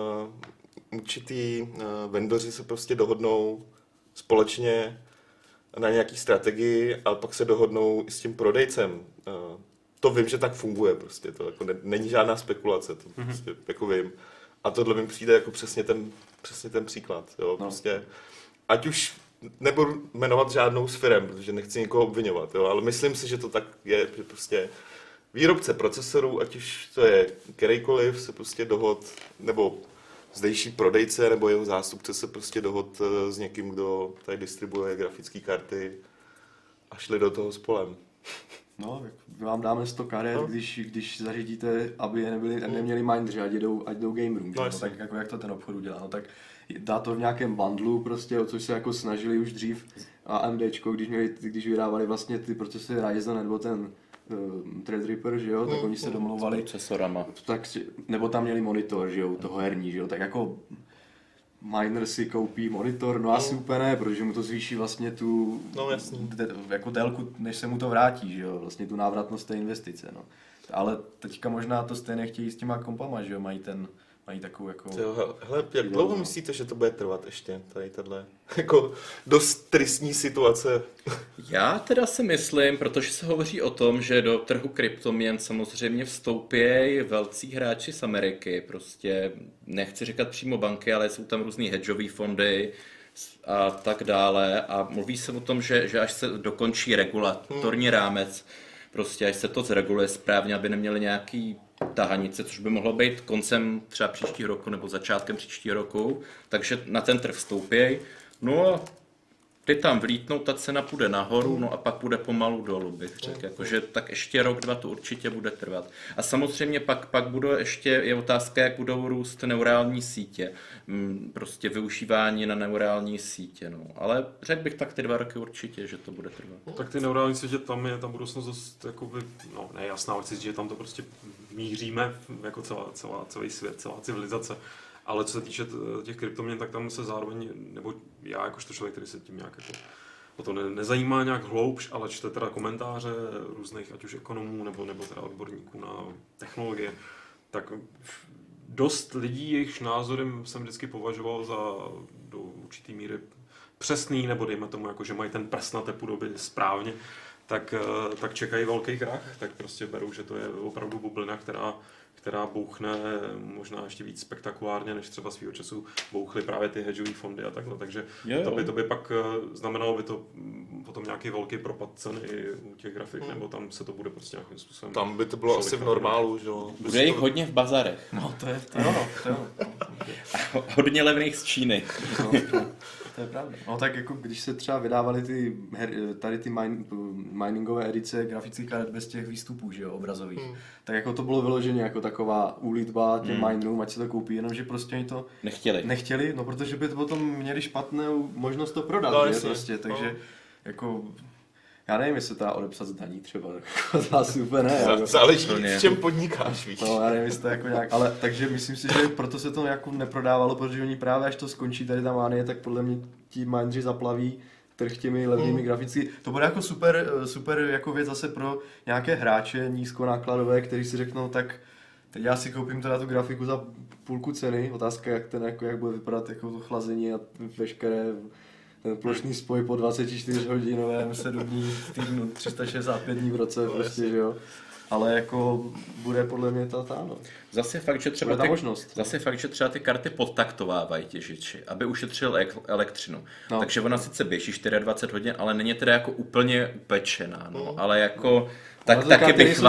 určitý vendoři se prostě dohodnou společně na nějaký strategii a pak se dohodnou i s tím prodejcem. To vím, že tak funguje prostě, to jako není žádná spekulace, to prostě jako vím. A tohle mi přijde jako přesně ten příklad, jo, prostě. Ať už nebudu jmenovat žádnou z firem, protože nechci nikoho obvinovat, jo, ale myslím si, že to tak je, že prostě výrobce procesorů, ať už to je kterýkoliv, se prostě nebo zdejší prodejce nebo jeho zástupce se prostě dohod s někým, kdo tady distribuje grafické karty a šli do toho spolem. No, vám dáme 100 karet, když zařídíte, aby je neměli mindři, ať jdou game room, no, tak jako jak to ten obchod udělá, no, tak dá to v nějakém bundlu prostě, o což se jako snažili už dřív AMDčko, když vydávali vlastně ty procesory Ryzen nebo ten Threadripper, že jo, tak oni se domlouvali procesorama. Tak, nebo tam měli monitor, že jo, toho herní, že jo, tak jako miner si koupí monitor, no asi úplně ne, protože mu to zvýší vlastně tu jako délku, než se mu to vrátí, že jo, vlastně tu návratnost té investice, no. Ale teďka možná to stejně chtějí s těma kompama, že jo, mají takovou jako... Hele, jak dlouho myslíte, že to bude trvat ještě, tady tato jako dost tristní situace? Já teda si myslím, protože se hovoří o tom, že do trhu kryptoměn samozřejmě vstoupí velcí hráči z Ameriky, prostě nechci říkat přímo banky, ale jsou tam různý hedžové fondy a tak dále a mluví se o tom, že až se dokončí regulatorní rámec, prostě až se to zreguluje správně, aby neměli nějaký tahanice, což by mohlo být koncem třeba příštího roku nebo začátkem příštího roku, takže na ten trh vstoupí. No a ty tam vlítnou, ta cena půjde nahoru, no a pak půjde pomalu dolů, bych řekl. Jakože tak ještě rok, dva to určitě bude trvat. A samozřejmě pak je otázka, jak budou růst neurální sítě. Prostě využívání na neurální sítě, no. Ale řekl bych tak ty 2 roky určitě, že to bude trvat. Tak ty neurální sítě, tam je budoucnost dost jakoby, nejasná, chci říct, že tam to prostě míříme jako celý svět, celá civilizace. Ale co se týče těch kryptoměn, tak tam se zároveň, nebo já jakožto člověk, který se tím nějak jako o to nezajímá nějak hloubš, ale čte teda komentáře různých, ať už ekonomů, nebo teda odborníků na technologie, tak dost lidí, jejichž názorem jsem vždycky považoval za do určitý míry přesný, nebo dejme tomu, jako, že mají ten prst na té podobě správně, tak čekají velký krach, tak prostě berou, že to je opravdu bublina, která bouchne možná ještě víc spektakulárně, než třeba svýho času bouchly právě ty hedžové fondy a takhle. Takže to by pak znamenalo by to potom nějaký velký propad ceny u těch grafik, nebo tam se to bude prostě nějakým způsobem... Tam by to bylo asi v normálu, že jo? Bude jich hodně v bazarech. No, to je ono. Hodně levných z Číny. To je pravda. No tak jako když se třeba vydávaly ty miningové edice grafických karet bez těch výstupů, že jo, obrazových, tak jako to bylo vyloženě jako taková úlitba těm minerům, ať se to koupí, jenomže prostě oni to nechtěli, no protože by to potom měli špatnou možnost to prodat, no, že, prostě, takže jako... Já nevím, jestli to dá odepsat z daní třeba, to asi úplně ne. Záleží, v čem podnikáš, víš. No, já nevím, jestli to jako nějak, ale takže myslím si, že proto se to jako neprodávalo, protože oni právě až to skončí tady ta mánie, tak podle mě ti mindři zaplaví trh těmi levnými graficky. To bude jako super jako věc zase pro nějaké hráče nízkonákladové, kteří si řeknou, tak teď já si koupím teda tu grafiku za půlku ceny. Otázka, jak bude vypadat jako to chlazení a veškeré ten plošný spoj po 24 hodinovém 7 dní v týdnu, 365 dní v roce, prostě, že jo. Ale jako bude podle mě no. Zase fakt, že třeba ty karty podtaktovávají těžiči, aby ušetřil elektřinu. No. Takže ona sice běží 24 hodin, ale není teda jako úplně upečená, no. Ale jako taky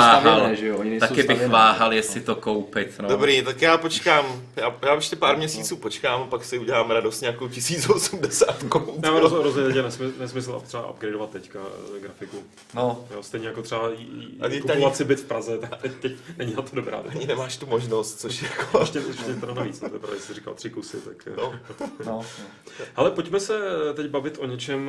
bych váhal, jestli to koupit. No. Dobrý, tak já počkám. Já ještě pár měsíců počkám a pak si udělám radost nějakou 1080. Já mám rozhodně nesmysl třeba upgradeovat teďka grafiku. No. Jo, stejně jako třeba kupovat si byt v Praze, tak teď není na to dobrá. Ani nemáš tu možnost, což jako... Ještě to navíc, no, to je právě, jsi říkal 3 kusy, tak... No. Ale pojďme se teď bavit o něčem,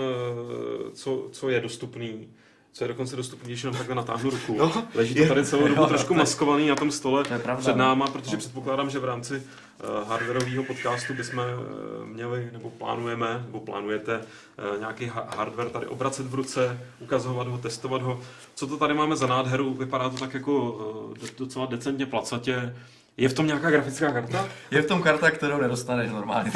co je dostupný. Co je dokonce dostupnější, takhle natáhnu ruku. No, leží to tady celou dobu trošku maskovaný na tom stole před náma, protože předpokládám, že v rámci hardwareového podcastu bychom měli, nebo plánujete nějaký hardware tady obracet v ruce, ukazovat ho, testovat ho. Co to tady máme za nádheru? Vypadá to tak jako docela decentně placatě. Je v tom nějaká grafická karta? Je v tom karta, kterou nedostaneš normálně.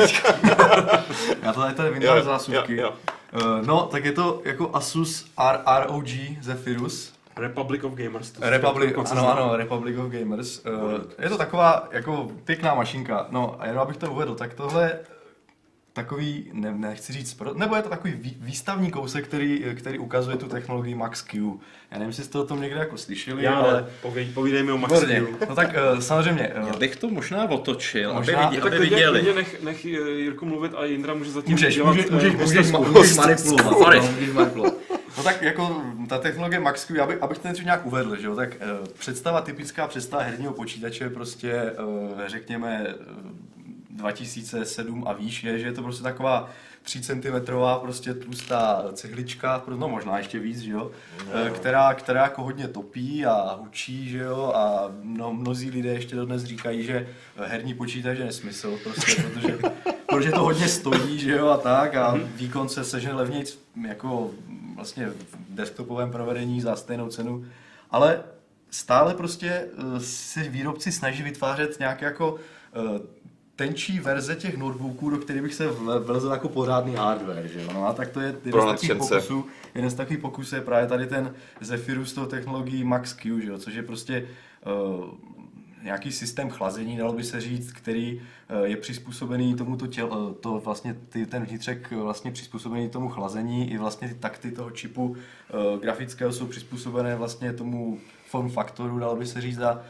Já to tady vyndám zásuvky. No, tak je to jako Asus ROG Zephyrus. Republic of Gamers. Ano, Republic of Gamers. Je to taková jako pěkná mašinka. No a jenom abych to uvedl, tak tohle takový, nechci říct, nebo je to takový výstavní kousek, který ukazuje tu technologii Max-Q. Já nevím, jestli jste o tom někde jako slyšeli, ale... Povídej mi o Max-Q. No tak samozřejmě... Já bych to možná otočil, aby viděli. Nech Jirku mluvit a Jindra může zatím Můžeš manipulovat. No tak jako ta technologie Max-Q, abych ten něco nějak uvedl, že jo, tak typická představa herního počítače prostě, řekněme, 2007 a výš je, že je to prostě taková 3 cm prostě tlustá cihlička, no možná ještě víc, že jo, která jako hodně topí a hučí, že jo, a mnozí lidé ještě dodnes říkají, že herní počítač je nesmysl, prostě, protože to hodně stojí, že jo, a tak, a výkon se sežene levněji jako vlastně v desktopovém provedení za stejnou cenu, ale stále prostě se výrobci snaží vytvářet nějaké jako tenčí verze těch notebooků, do kterých bych se vlezl jako pořádný hardware, že jo? No a tak to je jeden z takových pokusů je právě tady ten Zephyrus s tou technologií Max-Q, že jo? Což je prostě nějaký systém chlazení, dalo by se říct, který je přizpůsobený tomuto ten vnitřek vlastně přizpůsobený tomu chlazení, i vlastně ty takty toho čipu grafického jsou přizpůsobené vlastně tomu form faktoru, dalo by se říct, a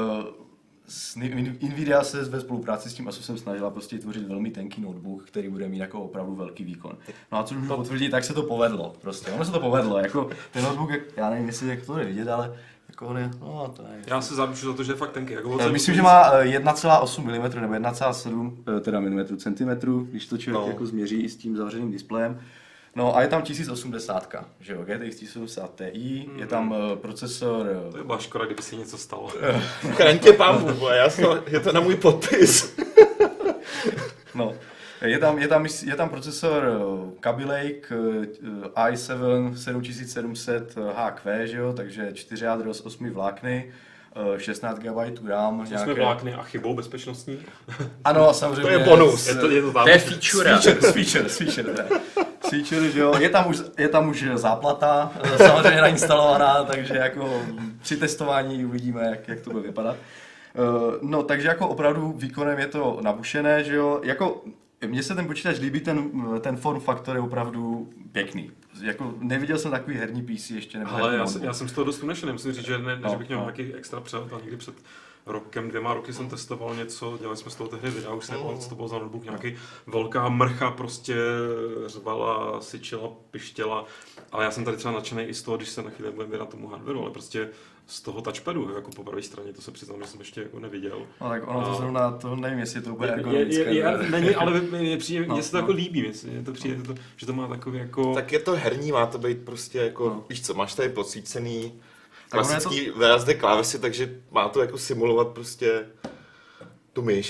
Nvidia se ve spolupráci s tím Asusem snažila prostě tvořit velmi tenký notebook, který bude mít jako opravdu velký výkon. No a co můžu potvrdit, tak se to povedlo prostě. Ono se to povedlo, jako ten notebook, já nevím, jestli jak to jde vidět, ale jako on je, no to je. Já se zaručuji za to, že je fakt tenký. Jako myslím, že má 1,8 mm nebo 1,7 teda milimetru centimetru, když to člověk jako změří i s tím zavřeným displejem. No a je tam 1080, že jo, GTX 1080 Ti, je tam procesor... To je byla škoda, kdyby si něco stalo. Chraň tě pán Bůh, je to na můj podpis. No, je tam procesor Kaby Lake i7 7700 HQ, že jo, takže 4 jádro z 8 vlákny, 16 GB RAM. 8 vlákny a chybou bezpečnostní? Ano, samozřejmě. To je bonus. To je feature. Feature, že jo. Je tam už záplata samozřejmě nainstalovaná, takže jako při testování uvidíme, jak to bude vypadat. No, takže jako opravdu výkonem je to nabušené, že jo. Jako mně se ten počítač líbí, ten form faktor je opravdu pěkný. Jako neviděl jsem takový herní PC ještě. Ale já jsem z toho dost unešený, musím říct, že že bych měl nějaký extra přehled, ale někdy před rokem, 2 roky jsem testoval něco, dělali jsme z toho tehdy videa, už jsem co to bylo za notebook, nějaký velká mrcha prostě řvala, syčela, pištěla, ale já jsem tady třeba nadšený i z toho, když se na chvíli budeme vědět tomu hardwareu, ale prostě z toho touchpadu, jako po pravé straně, to se přiznám, že jsem ještě jako neviděl. No tak ono to zrovna, to nevím, jestli je to úplně ergonomické. Není, ale mně se to jako líbí, mně to přijde, že to má takový jako... Tak je to herní, má to být prostě jako, víš co, máš tady posvícený klasický VSD klávesy, takže má to jako simulovat prostě tu myš.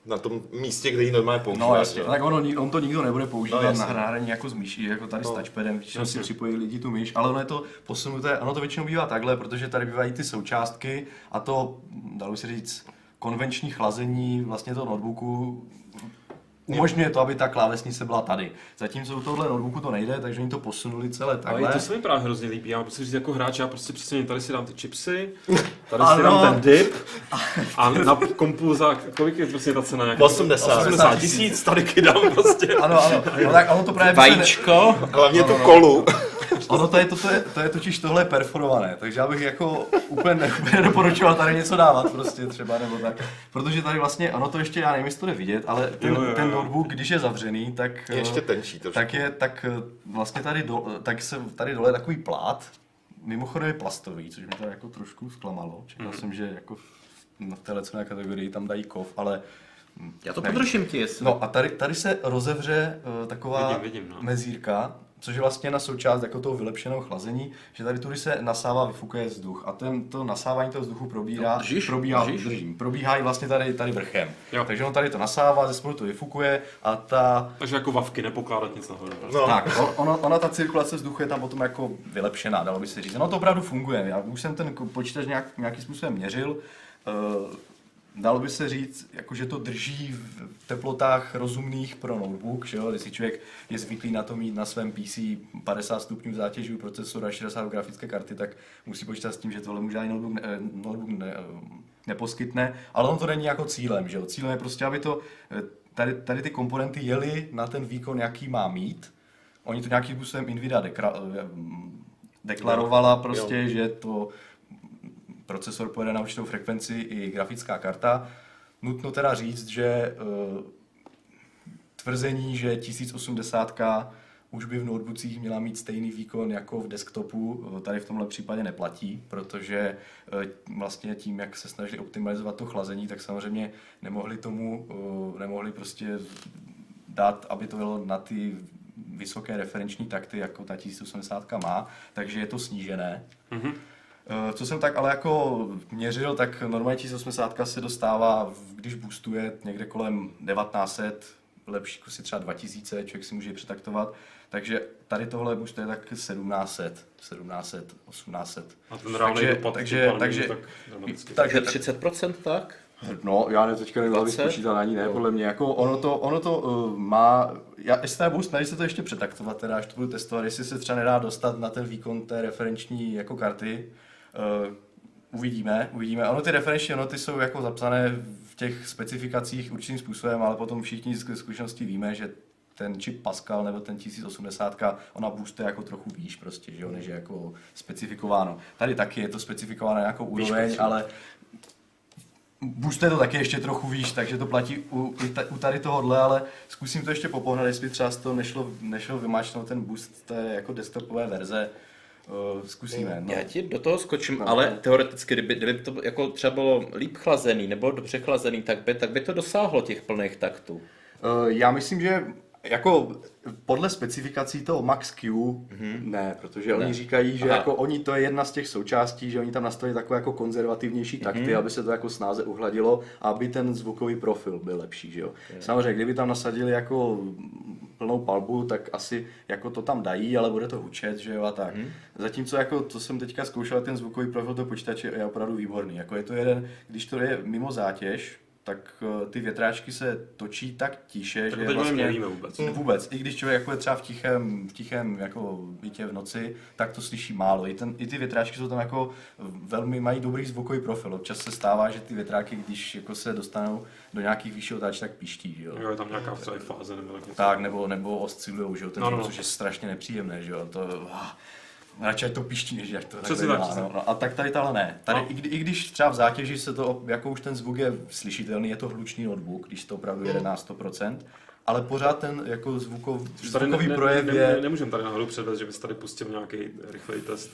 na tom místě, kde ji normálně používáš. No jasně, tak on to nikdo nebude používat No, na hraní jako s myší, jako tady s touchpadem, když si připojí lidi tu myš, ale ono je to posunuté, ono to většinou bývá takhle, protože tady bývají ty součástky a to, dalo by se říct, konvenční chlazení vlastně toho notebooku umožňuje to, aby ta klávesnice byla tady. Zatímco u tohohle notebooku to nejde, takže oni to posunuli celé takhle. Ale to se mi právě hrozně líbí. Já musím říct jako hráč, já prostě přesně tady si dám ty chipsy, tady si dám ten dip a na kompu za kolik je prostě ta cena? 80 tisíc, tady kydám prostě. Ano, no tak ono to právě... Vajíčko. Hlavně tu kolu. Ono to je totiž tohle perforované, takže já bych jako úplně nedoporučoval tady něco dávat prostě třeba nebo tak. Protože tady vlastně, ono to ještě, já nevím, jestli to jde vidět, ale ten notebook, když je zavřený, tak... Je ještě tenčí trošku. Tak vlastně tady dole je takový plát, mimochodem je plastový, což mě to jako trošku zklamalo. Čekal jsem, že jako v téhle cenné kategorii tam dají kov, ale... Já to podržím ti, jestli. No a tady se rozevře taková Vidím, no. mezírka, což je vlastně na součást jako toho vylepšeného chlazení, že tady tudy se nasává, vyfukuje vzduch a to nasávání toho vzduchu probíhá i vlastně tady vrchem. Jo. Takže on tady to nasává, ze spodu to vyfukuje a Takže jako vavky, nepokládat nic nahoru. No. tak, ona ta cirkulace vzduchu je tam potom jako vylepšená, dalo by se říct. No to opravdu funguje, já už jsem ten počítač nějakým způsobem měřil, dalo by se říct, jako, že to drží v teplotách rozumných pro notebook, že jo? Když si člověk je zvyklý na to mít na svém PC 50 stupňů zátěží procesor a 60 grafické karty, tak musí počítat s tím, že tohle může ani notebook neposkytne, ale on to není jako cílem, že jo? Cílem je prostě, aby to tady ty komponenty jely na ten výkon, jaký má mít. Oni to nějakým způsobem Nvidia deklarovala prostě, že to procesor pojede na určitou frekvenci i grafická karta. Nutno teda říct, že tvrzení, že 1080 už by v notebookích měla mít stejný výkon jako v desktopu, tady v tomhle případě neplatí, protože vlastně tím, jak se snažili optimalizovat to chlazení, tak samozřejmě nemohli prostě dát, aby to bylo na ty vysoké referenční takty, jako ta 1080 má, takže je to snížené. Mm-hmm. Co jsem tak ale jako měřil, tak normálně 1080 se dostává, když boostuje někde kolem 1900, lepší kusy třeba 2000, člověk si může přetaktovat, takže tady tohle boostuje tak 1700, 1800. A ten reálný dopad takže 30% tak? No, já teďka nebyl vyspočítal ani ne, podle mě, jako ono to má, jestli ten boost, se to ještě přetaktovat, teda až to budu testovat, jestli se třeba nedá dostat na ten výkon té referenční jako karty, uvidíme. Ono ty referenční hodnoty jsou jako zapsané v těch specifikacích určitým způsobem, ale potom všichni z zkušeností víme, že ten čip Pascal nebo ten 1080, ona boostuje jako trochu výš prostě, že jo, než je jako specifikováno. Tady taky je to specifikováno nějakou úroveň, ale boostuje to taky ještě trochu výš, takže to platí u tady tohohle, ale zkusím to ještě popohnat, jestli třeba z toho nešlo vymáčknout ten boost té jako desktopové verze. Zkusíme. No. Já ti do toho skočím, ale teoreticky, kdyby to jako třeba bylo líp chlazený nebo dobře chlazený, tak by to dosáhlo těch plných taktů. Já myslím, že jako podle specifikací toho Max-Q ne, protože oni říkají, že jako oni to je jedna z těch součástí, že oni tam nastavili takové jako konzervativnější takty, aby se to jako snáze uhladilo a aby ten zvukový profil byl lepší, že jo. Samozřejmě, kdyby tam nasadili jako plnou palbu, tak asi jako to tam dají, ale bude to hučet, že jo, a tak. Zatímco jako to jsem teďka zkoušel, ten zvukový profil toho počítače je opravdu výborný. Jako je to jeden, když to je mimo zátěž, tak ty větráčky se točí tak tiše, tak že vlastně nevíme vůbec. Vůbec. I když člověk jako je třeba v tichém jako bytě v noci, tak to slyší málo. I ty větráčky jsou tam jako velmi, mají dobrý zvukový profil. Občas se stává, že ty větráky, když jako se dostanou do nějakých vyšších otáček, tak piští, že jo. Jo, je tam nějaká třeba fáze nebo něco. Tak, nebo oscilujou, že jo, ten což je strašně nepříjemné, že jo. To radši to piští, než jak to tak dělá. No. A tak tady tohle ne. Tady, i když třeba v zátěži se to, jako už ten zvuk je slyšitelný, je to hlučný notebook, když to opravdu jede na 100%, ale pořád ten jako zvukový projev je... Nemůžeme tady nahoru předvést, že bys tady pustil nějaký rychlej test.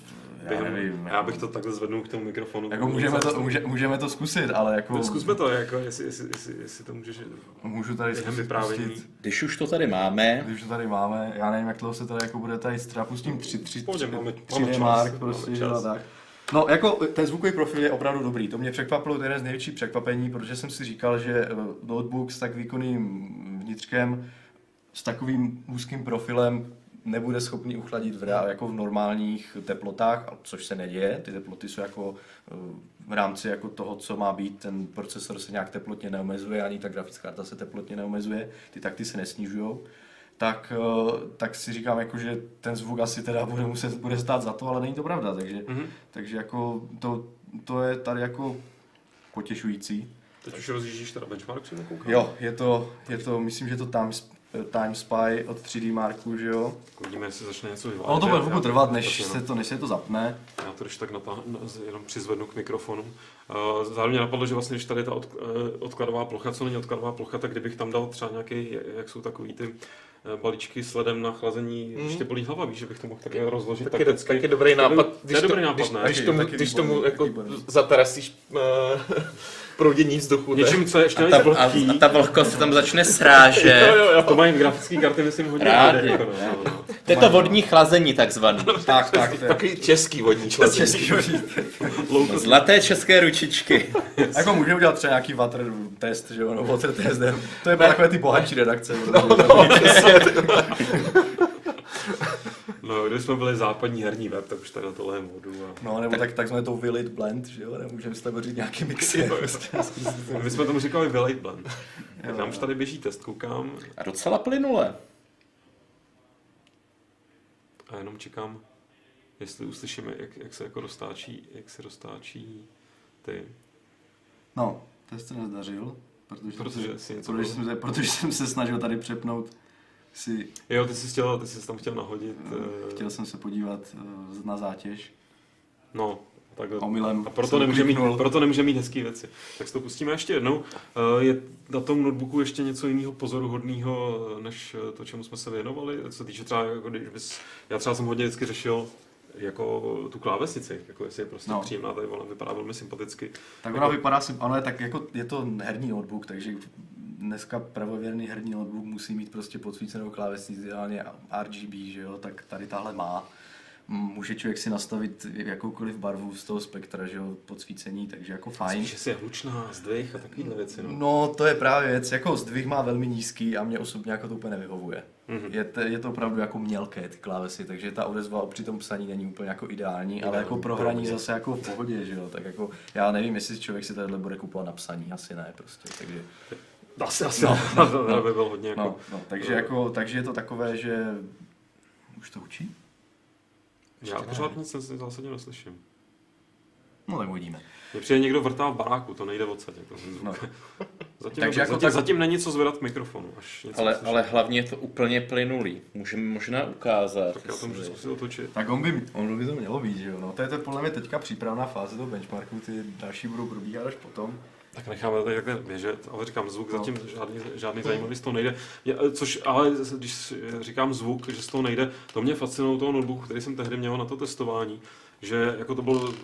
Já bych to takhle zvednul k tomu mikrofonu. Jako můžeme to zkusit, ale jako... Zkusme to, jako jestli to můžeš... Můžu tady vyprávění. Když už to tady máme, já nevím, jak dlouho se tady jako bude tady třeba pustím 3 máme mark, prostě, že tak. No, jako ten zvukový profil je opravdu dobrý. To mě překvapilo, to je jeden z největších překvapení, protože jsem si říkal, že notebook s tak výkonným vnitřkem, s takovým úzkým profilem nebude schopný uchladit jako v normálních teplotách, což se neděje. Ty teploty jsou jako v rámci jako toho, co má být. Ten procesor se nějak teplotně neomezuje, ani ta grafická karta se teplotně neomezuje, ty takty se nesnižujou. Tak si říkám, jako, že ten zvuk asi teda bude stát za to, ale není to pravda, takže jako to je tady jako potěšující. Teď už rozjíždíš teda benchmark, si nekoukám? Jo, je to, myslím, že to Time Spy od 3D Marku, že jo? Uvidíme, jestli začne něco vyvádět. Ono to bude chvilku trvat, než se to zapne. Já to když tak jenom přizvednu k mikrofonu. Zároveň mě napadlo, že vlastně, když tady ta odkladová plocha, co není odkladová plocha, tak kdybych tam dal třeba nějaký, jak jsou takový ty balíčky s ledem na chlazení, když tě bolí hlava, víš, že bych to mohl taky rozložit takticky. Taky dobrý nápad, když tomu jako zatarasíš proudění vzduchu. Něčím, co je ještě vlhký. A ta vlhkost se tam začne srážet. Jo. To mají grafické karty, myslím, hodně. To je to vodní chlazení takzvaný. Tak. Takový český vodní Český vodní. Zlaté české ručičky. Jako můžeme udělat třeba nějaký water test, že jo, no water test. To je takové ty bohatší redakce. No, když jsme byli západní herní web, tak už tady na tohle je modu. No, nebo tak jsme to Willit Blend, že jo, nemůžeme si tam říct nějaký mixy. My jsme tomu říkali Willit Blend. Tak nám už tady běží test, koukám. A docela plynule. A jenom čekám, jestli uslyšíme, jak se jako roztáčí ty. No, test se nezdařil, protože jsem se snažil tady přepnout si... Jo, ty jsi tam chtěl nahodit... Chtěl jsem se podívat na zátěž. No, takhle. Omylem. A proto nemůže mít hezký věci. Tak si to pustíme ještě jednou. Je na tom notebooku ještě něco jiného pozoruhodného, než to, čemu jsme se věnovali? Co se týče třeba, jako já třeba jsem hodně vždycky řešil jako tu klávesnici, jako jestli je prostě příjemná, tady ona vypadá velmi sympaticky. Tak ona vypadá, ale tak jako je to herní notebook, takže dneska pravověrný herní notebook musí mít prostě podsvícenou klávesnici, ideálně RGB, že jo, tak tady tahle má. Může člověk si nastavit jakoukoliv barvu z toho spektra, že jo, podsvícení, takže jako fajn. Myslím, že si je hlučná, zdvih a takovýhle věci, no. No, to je právě věc, jako zdvih má velmi nízký a mě osobně jako to úplně nevyhovuje. Je to opravdu jako mělké ty klávesy, takže ta odezva při tom psaní není úplně jako ideální, ale jako pro hraní zase jako v pohodě, že jo, tak jako já nevím, jestli člověk si tadyhle bude kupovat na psaní, asi ne prostě, takže... Asi to by byl hodně jako... Takže je to takové, že... Už to učí? Já pořád nic zásadně neslyším. No tak uvidíme. Mě přijde někdo vrtá v baráku, to nejde odsaď. Jako no. Zatím není co zvedat k mikrofonu. Ale hlavně je to úplně plynulý. Můžeme možná ukázat. Tak já to můžu zkusit otočit. Tak on by to mělo být, že jo. No, to je podle mě teďka přípravná fáze toho benchmarku, ty další budou probíhat až potom. Tak necháme tady takhle běžet, ale říkám zvuk, zatím žádný zajímavý z toho nejde. Ale když říkám zvuk, že z toho nejde, to mě fascinovalo toho notebooku, který jsem tehdy měl na to testování, že jako to bylo,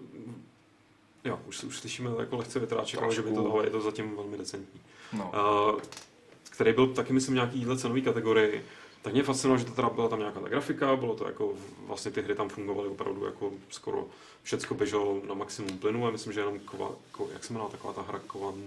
jo, už slyšíme jako lehce větráček, ale že by je to zatím velmi decentní. No. Který byl taky, myslím, nějaký jídle cenové kategorii. Tak mě fascinovalo, že to teda byla tam nějaká ta grafika, bylo to jako, vlastně ty hry tam fungovaly opravdu jako skoro všecko běželo na maximum plynu a myslím, že jenom jak se jmenala taková ta hra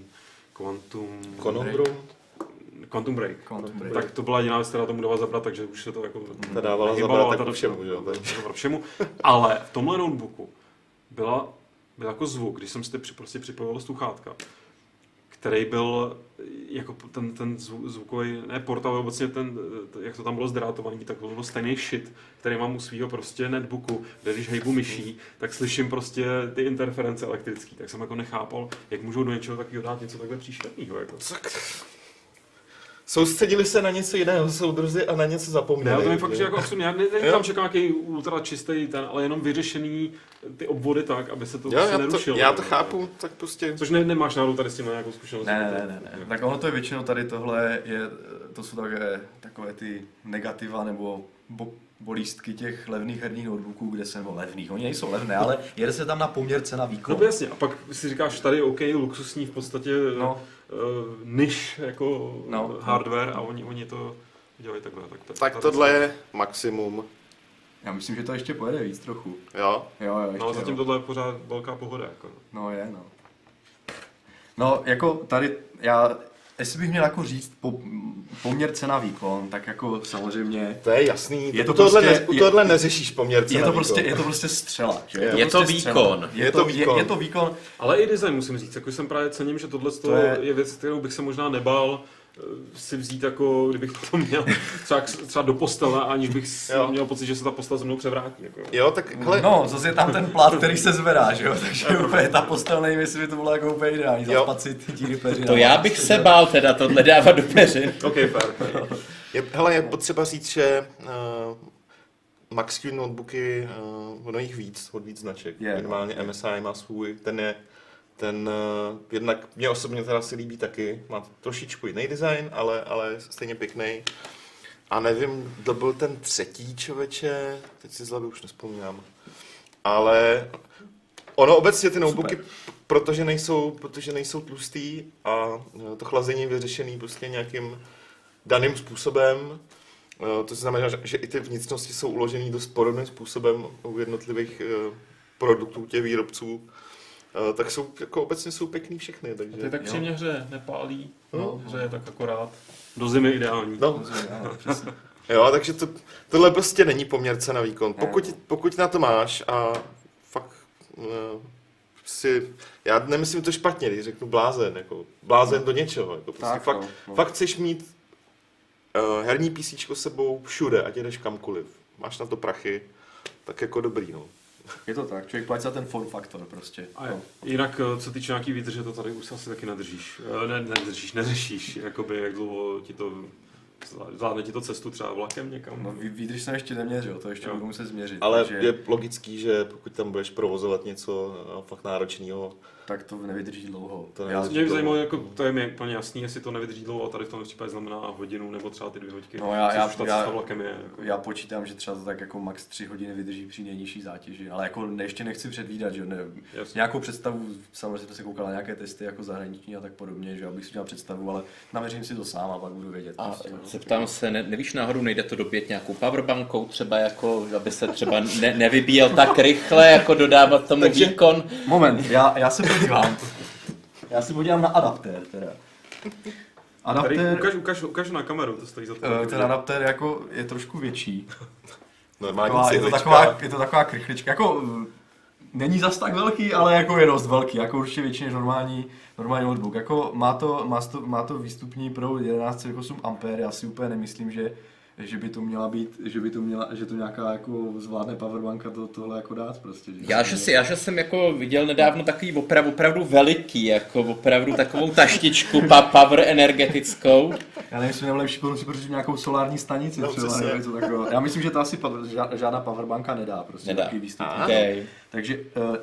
Quantum Break. Tak to byla jediná věc, která tomu dala zabrat, takže už se to jako... Ta dávala zabrat tak všemu, jo? Všemu. Ale v tomhle notebooku byl jako zvuk, když jsem si prostě připojoval sluchátka, který byl jako ten zvukový, ne port, ale obecně jak to tam bylo zdrátovaný, tak to byl stejný shit, který mám u svýho prostě netbooku, kde když hejbu myší, tak slyším prostě ty interference elektrické, tak jsem jako nechápal, jak můžou do něčeho takového dát něco takhle příšerného. Jako. Soustředili se na něco jiného soudruzi a na něco zapomněli. Ne, to mi fakt, že jako absolutně, já tam čekám nějaký ultra čistý ale jenom vyřešený ty obvody tak, aby se to nerušilo. Já to chápu, tak prostě... Což nemáš náhodou tady s tím nějakou zkušenost? Ne. Tak ono to je většinou tady tohle, to jsou takové ty negativa nebo bolístky těch levných herních notebooků, kde se, nebo levných, oni nejsou levné, ale jede se tam na poměr cena výkon. No jasně, a pak si říkáš tady OK, luxusní v podstatě niž jako hardware a oni to dělají takhle. Tak tohle je maximum Já myslím, že to ještě pojede víc trochu. Jo? Jo, ještě, No, zatím jo. tohle je pořád velká pohoda. Jako. No je, no. No, jako tady, jestli bych měl jako říct poměr cena výkon, tak jako samozřejmě... To je jasný, Je to u tohle, prostě- u tohle neřešíš poměr cena Je to prostě střela, že? Je to prostě výkon. střela. Je to Je to výkon. Ale i design musím říct, jako jsem právě cením, že tohle To je věc, kterou bych se možná nebál si vzít jako, kdybych to měl třeba do postele, aniž bych měl pocit, že se ta postel se mnou převrátí. Jako. Jo, tak hele, No, zase je tam ten plát, který se zvedá, že jo? Takže úplně ta postel, nevím, jestli by to bylo jako úplně ideální, zaspat si ty díry peřina. To já bych se bál teda tohle dávat do peřin. OK, fair. je potřeba říct, že Max-Q notebooky ono jich víc, od víc značek. Minimálně MSI má svůj, ten jednak mě osobně teda si líbí taky, má trošičku jiný design, ale stejně pěkný. A nevím, kdo byl ten třetí, člověče, teď si z hlavy už nespomínám. Ale ono obecně ty notebooky, protože nejsou tlustý a to chlazení je vyřešený prostě nějakým daným způsobem. To znamená, že i ty vnitřnosti jsou uložený dost podobným způsobem u jednotlivých produktů těch výrobců. Tak jsou, jako obecně jsou pěkný všechny. Takže... To je tak přímě hře, nepálí, hře je tak akorát. Do zimy ideální. No. Jo, takže tohle prostě není poměr cena výkon. Pokud na to máš a fakt já nemyslím to špatně, když řeknu blázen, jako blázen do něčeho. Jako prostě fakt chceš mít herní písíčko s sebou všude, ať jdeš kamkoliv. Máš na to prachy, tak jako dobrý, no. Je to tak, člověk platí za ten form faktor prostě. A jinak, co týče nějaký výdrže, to tady už se asi taky nedržíš. Neřešíš, jakoby, jak dlouho ti to zvládne ti to cestu třeba vlakem někam. No, výdrž jsem ještě neměřil, to ještě budu muset změřit. Ale takže... je logický, že pokud tam budeš provozovat něco fakt náročného, tak to nevydrží dlouho. Mě by zajímalo, jako, to je mi úplně jasný, jestli to nevydrží dlouho, a tady v tom případě znamená hodinu nebo třeba ty 2 hodiny. No já počítám, že třeba to tak jako max 3 hodiny vydrží při nejnižší zátěži, ale jako ještě nechci předvídat, že ne, nějakou představu, samozřejmě jsem se koukal na nějaké testy jako zahraniční a tak podobně, že abych si udělal představu, ale naměřím si to sám a pak budu vědět. A prostě, no. zeptám se, nevíš náhodou, nejde to dobět nějakou powerbankou třeba jako, aby se třeba nevybíjel tak rychle, jako dodávat tomu výkon? Moment, já se podívám. Já si podívám na adaptér teda. Adaptér... Tady ukáž na kameru, to stojí za to. Ten adaptér jako je trošku větší. Normální je to taková krychlička. Jako není zas tak velký, ale jako je dost velký. Jako určitě větší než normální notebook. Jako má to výstupní proud 11,8 A. Já si úplně nemyslím, že by to měla být, že to nějaká jako zvládne powerbanka tohle jako dát prostě. Já že jsem jako viděl nedávno takový opravdu veliký, jako opravdu takovou taštičku power energetickou. Já nevím, jestli lepší si protože nějakou solární stanici třeba, něco takového. Já myslím, že to asi žádná powerbanka nedá prostě. Nedá. Takový výstup. Okay. Takže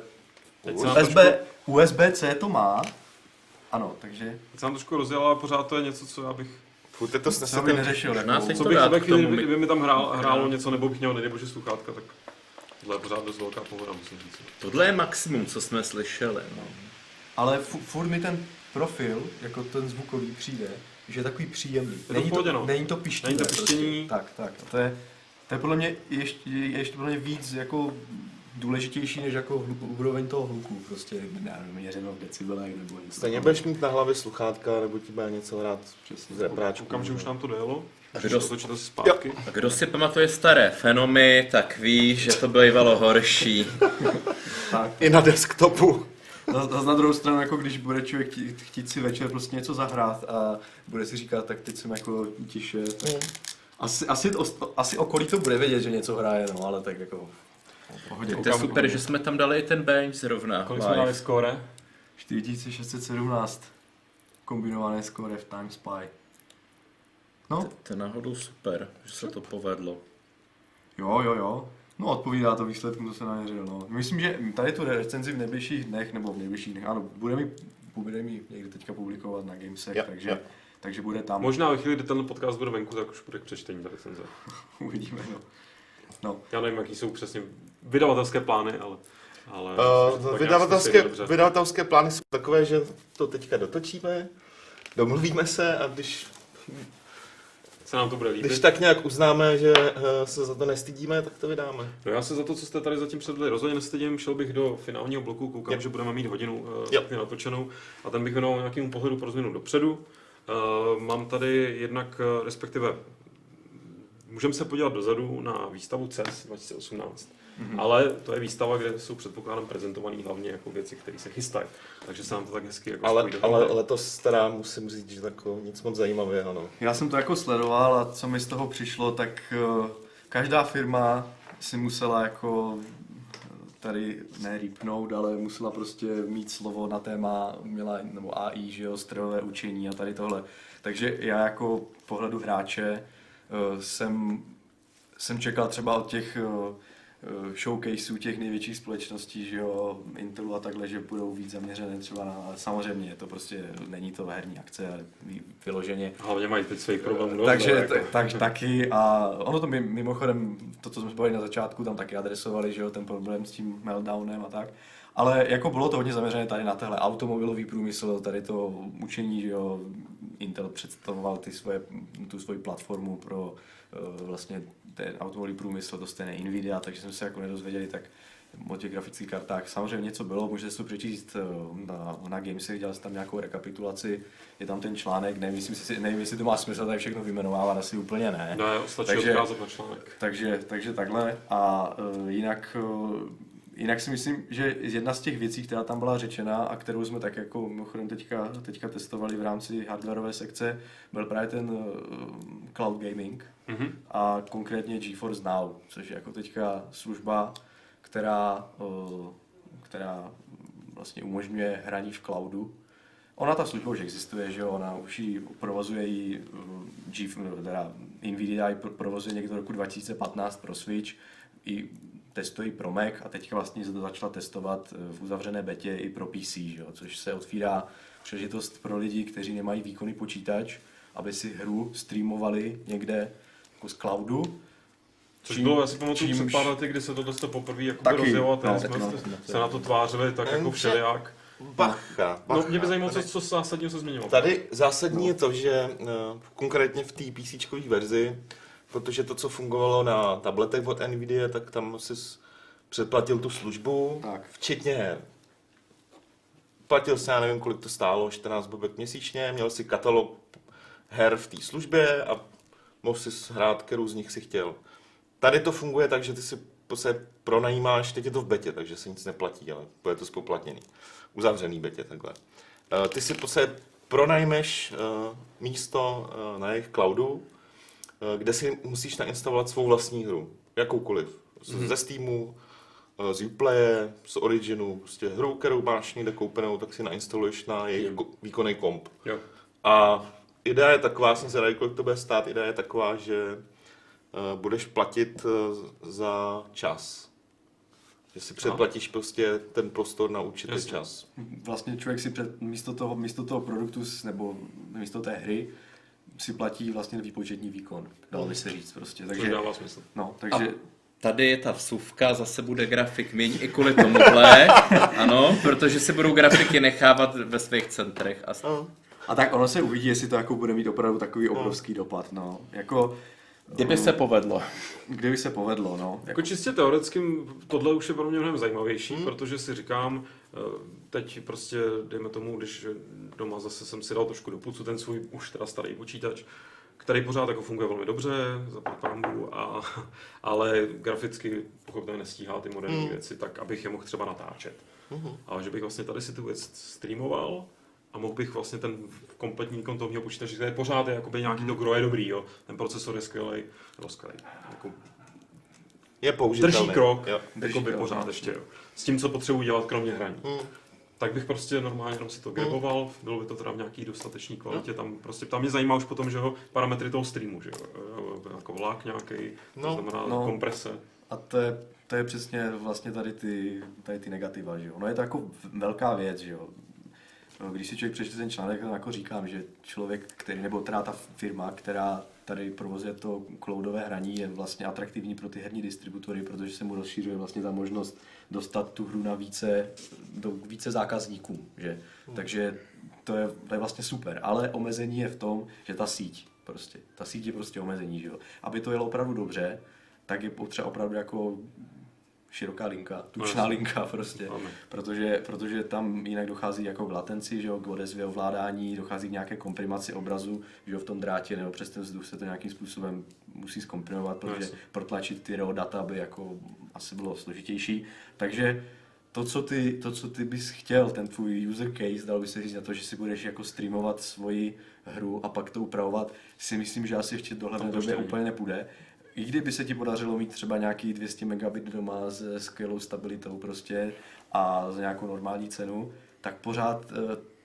USB-C to má. Ano, takže... Teď jsem trošku rozjel, ale pořád to je něco, co já bych... Furt to co bych neřešil. Co bych v chvíli, kdyby mi tam hrálo něco, nebo bych měl nejbože sluchátka, tak tohle je pořád dost velká pohoda, musím říct. Tohle je maximum, co jsme slyšeli. No. Ale furt mi ten profil, jako ten zvukový přijde, že je takový příjemný. Není to pištění. Prostě. Tak. To je podle mě ještě podle mě víc jako důležitější než jako úroveň toho hluku, prostě měřeno v decibelech nebo něco. Stejně budeš mít na hlavě sluchátka, nebo ti bude něco hrát z repráčku. Koukám, že už nám to dojelo. Kdo si pamatuje staré Fenomy, tak ví, že to bývalo horší. I na desktopu. Na druhou stranu, jako když bude člověk chtít si večer prostě něco zahrát a bude si říkat, tak teď jsem jako tiše, tak asi okolí to bude vědět, že něco hraje, no, ale tak jako pohodě. To je super, že jsme tam dali i ten bench zrovna. Kolik jsme dali skóre? 4617 kombinované skóre v Time Spy. No. To je náhodou super, že se to povedlo. Jo. No, odpovídá to výsledkům, co se naměřil, no. Myslím, že tady tu recenzi v nejbližších dnech, ano, budeme ji někdy teďka publikovat na Gamesec, takže bude tam. Možná ve chvíli, kdy ten podcast bude venku, tak už bude k přečtení ta recenze. Uvidíme, no. Já nevím, jaký jsou přesně vydavatelské plány, ale vydavatelské plány jsou takové, že to teďka dotočíme, domluvíme se a když se nám to bude líbit. Když tak nějak uznáme, že se za to nestydíme, tak to vydáme. No já se za to, co jste tady zatím předvedli, rozhodně nestydím. Šel bych do finálního bloku, koukám, že budeme mít hodinu natočenou a ten bych věnoval nějakému pohledu pro změnu dopředu. Mám tady jednak, respektive můžeme se podívat dozadu na výstavu CES 2018. Ale to je výstava, kde jsou předpokládám prezentované hlavně jako věci, které se chystají. Takže se nám to tak hezky jako ale letos teda musím říct, že tako nic moc zajímavého. No. Já jsem to jako sledoval a co mi z toho přišlo, tak každá firma si musela jako tady nerýpnout, ale musela prostě mít slovo na téma nebo AI, že jo, strojové učení a tady tohle. Takže já jako pohledu hráče jsem čekal třeba od těch showcaseů těch největších společností, že jo, Intelu a takhle, že budou víc zaměřené třeba na, ale samozřejmě to prostě není to herní akce, ale vyloženě. Hlavně mají teď svých problémů. Takže taky a ono to mimochodem, to, co jsme se bavili na začátku, tam taky adresovali, že jo, ten problém s tím meltdownem a tak. Ale jako bylo to hodně zaměřené tady na tehle automobilový průmysl, tady to učení, že jo, Intel představoval tu svoji platformu pro vlastně ten automobilový průmysl, to stejné Nvidia, takže jsme se jako nedozvěděli tak o těch grafických kartách. Samozřejmě něco bylo, můžete si to přečíst na Gamesech, dělal jsem tam nějakou rekapitulaci, je tam ten článek, nevím, jestli to má smysl tady všechno vyjmenovávat, asi úplně ne. Ne, stačí odkázat na článek. Takže takhle a jinak si myslím, že jedna z těch věcí, která tam byla řečena a kterou jsme tak jako mimochodem teďka testovali v rámci hardwareové sekce, byl právě ten cloud gaming a konkrétně GeForce Now, což je jako teďka služba, která vlastně umožňuje hraní v cloudu. Ona ta služba už existuje, že ona už ji provozuje Nvidia ji provozuje někdo roku 2015 pro Switch, i testují pro Mac a teďka vlastně se to začala testovat v uzavřené betě i pro PC, že? Což se otvírá příležitost pro lidi, kteří nemají výkonný počítač, aby si hru streamovali někde jako z cloudu. Což bylo, já si pamatuju před pár lety, kdy se to poprvé jako rozjelo a jsme se na to tvářili tak jako všelijak. Bacha. No, mě by zajímalo, co zásadního se změnilo. Tady zásadní je to, že konkrétně v té PC-čkové verzi, protože to, co fungovalo na tabletech od Nvidia, tak tam si předplatil tu službu, tak. Včetně her. Platil si, já nevím, kolik to stálo, 14 bobek měsíčně, měl si katalog her v té službě a mohl si hrát, kterou z nich si chtěl. Tady to funguje tak, že ty si pronajímáš, teď je to v betě, takže se nic neplatí, ale bude to spoplatněný. Uzavřený betě, takhle. Ty si pronajmeš místo na jejich cloudu, kde si musíš nainstalovat svou vlastní hru, jakoukoliv. Ze Steamu, z Uplaye, z Originu, prostě hru, kterou máš někde koupenou, tak si nainstaluješ na jejich výkonný komp. Jo. A idea je taková, jsem zvědavý, kolik to bude stát, idea je taková, že budeš platit za čas. Že si předplatíš prostě ten prostor na určitý čas. Vlastně člověk si místo toho produktu nebo místo té hry si platí vlastně výpočetní výkon, dalo by se říct prostě. Takže dává smysl. No, takže tady je ta vsuvka, zase bude grafik míň i kvůli tomuhle, ano, protože si budou grafiky nechávat ve svých centrech. A tak ono se uvidí, jestli to jako bude mít opravdu takový obrovský dopad, no. Jako Kdyby se povedlo. Kdyby se povedlo, no. Jako čistě teoreticky tohle už je pro mě mnohem zajímavější, protože si říkám, teď prostě, dejme tomu, když doma zase jsem si dal trošku do pucu ten svůj už teda starý počítač, který pořád jako funguje velmi dobře, za pambu, ale graficky pochopitelně nestíhá ty moderní věci, tak abych je mohl třeba natáčet. Ale že bych vlastně tady si tu věc streamoval, a mohl bych vlastně ten kompletní výkon toho mého počítače, který pořád je jakoby nějaký to gro je dobrý, jo. Ten procesor je skvělý, jako je použitelný. Drží krok, jakoby pořád ještě, jo. S tím, co potřebuji dělat kromě hraní. Tak bych prostě normálně jenom si to graboval, bylo by to teda v nějaký dostatečný kvalitě, tam mě zajímá už potom, že jo, parametry toho streamu, že jo, jako vlák nějaký, to znamená komprese. A to je přesně vlastně tady ty negativa, že jo. No je to jako velká věc, že jo. Když si člověk přečte ten článek, tak jako říkám, že člověk, nebo teda ta firma, která tady provozuje to cloudové hraní, je vlastně atraktivní pro ty herní distributory, protože se mu rozšířuje vlastně ta možnost dostat tu hru na více zákazníků, že? Takže to je vlastně super, ale omezení je v tom, že ta síť Prostě. Ta síť je prostě omezení, že jo. Aby to jelo opravdu dobře, tak je potřeba opravdu jako široká linka, tučná linka prostě, protože tam jinak dochází jako k latenci, že jo, k odezvě, ovládání, dochází k nějaké komprimaci obrazu, že jo, v tom drátě nebo přes ten vzduch se to nějakým způsobem musí zkomprimovat, protože protlačit ty raw data by jako asi bylo složitější, takže to, co ty bys chtěl, ten tvůj user case, dal by se říct na to, že si budeš jako streamovat svoji hru a pak to upravovat, si myslím, že asi ještě v dohledné době úplně nepůjde. I kdyby se ti podařilo mít třeba nějaký 200 megabit doma se skvělou stabilitou prostě a za nějakou normální cenu, tak pořád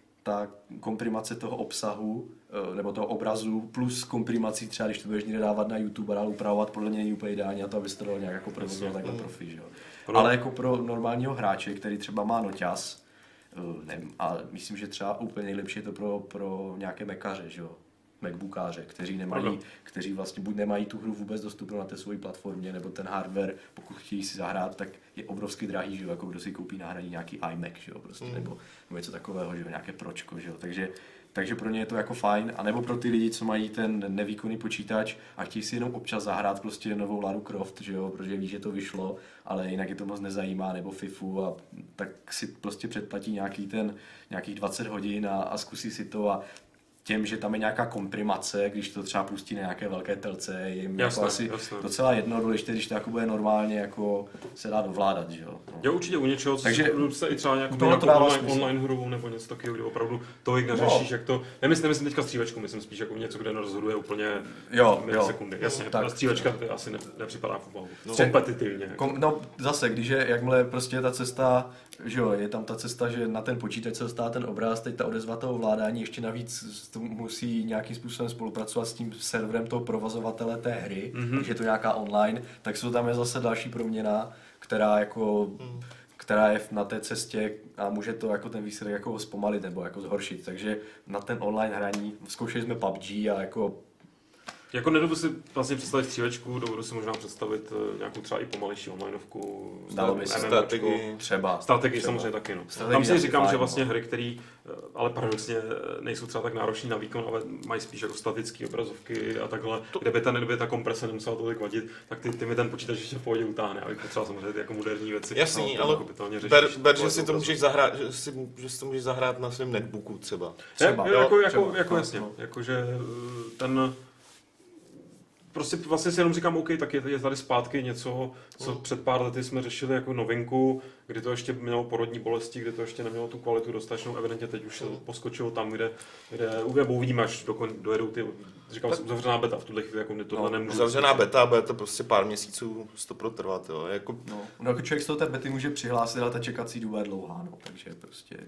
ta komprimace toho obsahu nebo toho obrazu plus komprimací třeba, když to budeš někde dávat na YouTube a dál upravovat, podle mě není úplně ideální na to, aby se to dalo nějak jako provozoval takhle profi, že jo. Ale jako pro normálního hráče, který třeba má noťaz, nevím, a myslím, že třeba úplně nejlepší je to pro nějaké mekaře, že jo. Macbookáře, kteří vlastně buď nemají tu hru vůbec dostupnou na té své platformě, nebo ten hardware, pokud chtějí si zahrát, tak je obrovsky drahý, že jo, jako kdo si koupí náhradní nějaký iMac, že jo, prostě, nebo něco takového, že jo, nějaké pročko, že jo, takže pro ně je to jako fajn, anebo pro ty lidi, co mají ten nevýkonný počítač a chtějí si jenom občas zahrát prostě novou Lara Croft, že jo, protože ví, že to vyšlo, ale jinak je to moc nezajímá, nebo FIFU a tak si prostě předplatí nějakých 20 hodin a zkusí si to a tím, že tam je nějaká komprimace, když to třeba pustí na nějaké velké telce, je jim jako asi docela jedno, důležité, když to jako bude normálně jako se dá dovládat, že jo. Jo, určitě u něčeho, takže se i třeba nějakou online hru nebo něco takového, kdy opravdu tolik neřešíš, jak to... Nemyslím teďka střílečku, myslím spíš jako něco, kde rozhoduje úplně milisekundy. Jasně, ta střílečka asi nepřipadá v úvahu. Kompetitivně. No zase, když je, jakmile prostě ta cesta, že jo, je tam ta cesta, že na ten počítač se dostává ten obraz, teď ta odezva toho ovládání ještě navíc musí nějakým způsobem spolupracovat s tím serverem toho provozovatele té hry, takže je to nějaká online, tak jsou tam je zase další proměna, která je na té cestě a může to jako ten výsledek jako zpomalit nebo jako zhoršit, takže na ten online hraní zkoušeli jsme PUBG a jako nedobu si vlastně představit střílečku, dovedu si možná představit nějakou třeba i pomalejší onlineovku, strategii samozřejmě taky. No. Tam si říkám, že vlastně hry, které ale paradoxně nejsou třeba tak náročný na výkon, ale mají spíš jako statické obrazovky a takhle, kdyby ta komprese nemusela tolik vadit, tak ty mi ten počítač ještě v pohodě utáhne, abych potřeba samozřejmě ty jako moderní věci. Jasný, ale že si to můžeš zahrát, že si to můžeš zahrát na svém netbooku třeba. Jako jasně, jakože ten prostě vlastně si jenom říkám, OK, tak je tady zpátky něco, co před pár lety jsme řešili jako novinku, kdy to ještě mělo porodní bolesti, kdy to ještě nemělo tu kvalitu dostatečnou, evidentně teď už se poskočilo tam, kde uvidíme, až dojedou ty, říkám si, uzavřená beta, v tuhle chvíli jako tohle nemůžu. Uzavřená beta, bude to prostě pár měsíců to protrvat, jo. Jako člověk z toho té bety může přihlásit, ale ta čekací doba je dlouhá, no, takže prostě...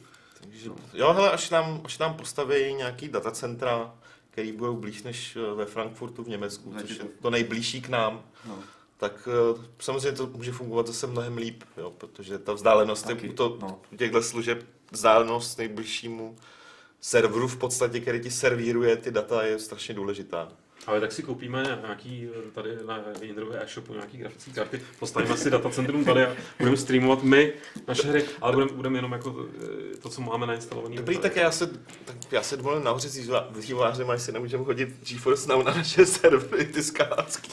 Jo, hele, až nám postaví nějaký datacentra, který budou blíž než ve Frankfurtu v Německu, což je to nejbližší k nám, tak samozřejmě to může fungovat zase mnohem líp, jo, protože ta vzdálenost je u těchto služeb, vzdálenost nejbližšímu serveru v podstatě, který ti servíruje ty data, je strašně důležitá. Ale tak si koupíme nějaký tady na Jindrově e-shopu nějaký grafické karty, postavíme si datacentrum tady a budeme streamovat my naše hry, ale budeme jenom jako to, co máme nainstalovaný. Dobrý, tak já se dovolím nahoře s vývojářem, až si nemůžeme hodit GeForce Now na naše servery, ty skalácký.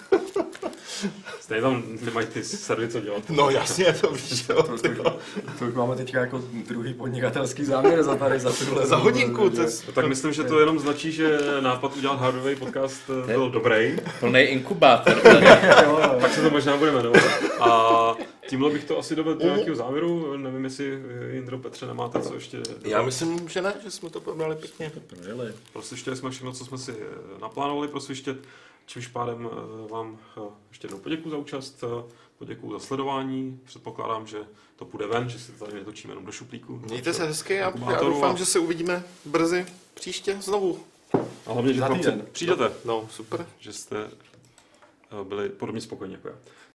Stejně tam nemají ty servery co dělat. No jasně, to víš, jo. To máme teďka jako druhý podnikatelský záměr za hodinku. Tak myslím, že to jenom značí, že nápad udělat hardwareový podcast byl dobrý. Plný inkubátor. Tak se to možná bude jmenovat. A tímhle bych to asi dovedl do nějakého závěru. Nevím, jestli Jindro, Petře, nemáte co ještě dodat. Já myslím, že ne, že jsme to probrali pěkně. Prosvištěli jsme všechno, co jsme si naplánovali prosvištět. Čímž pádem vám ještě jednou poděkuju za účast, poděkuju za sledování. Předpokládám, že to půjde ven, že si to tady netočíme jenom do šuplíku. Mějte se hezky a já doufám, že se uvidíme brzy příště znovu. A hlavně, že přijdete. No, super. Že jste byli podobně spokojení jako já.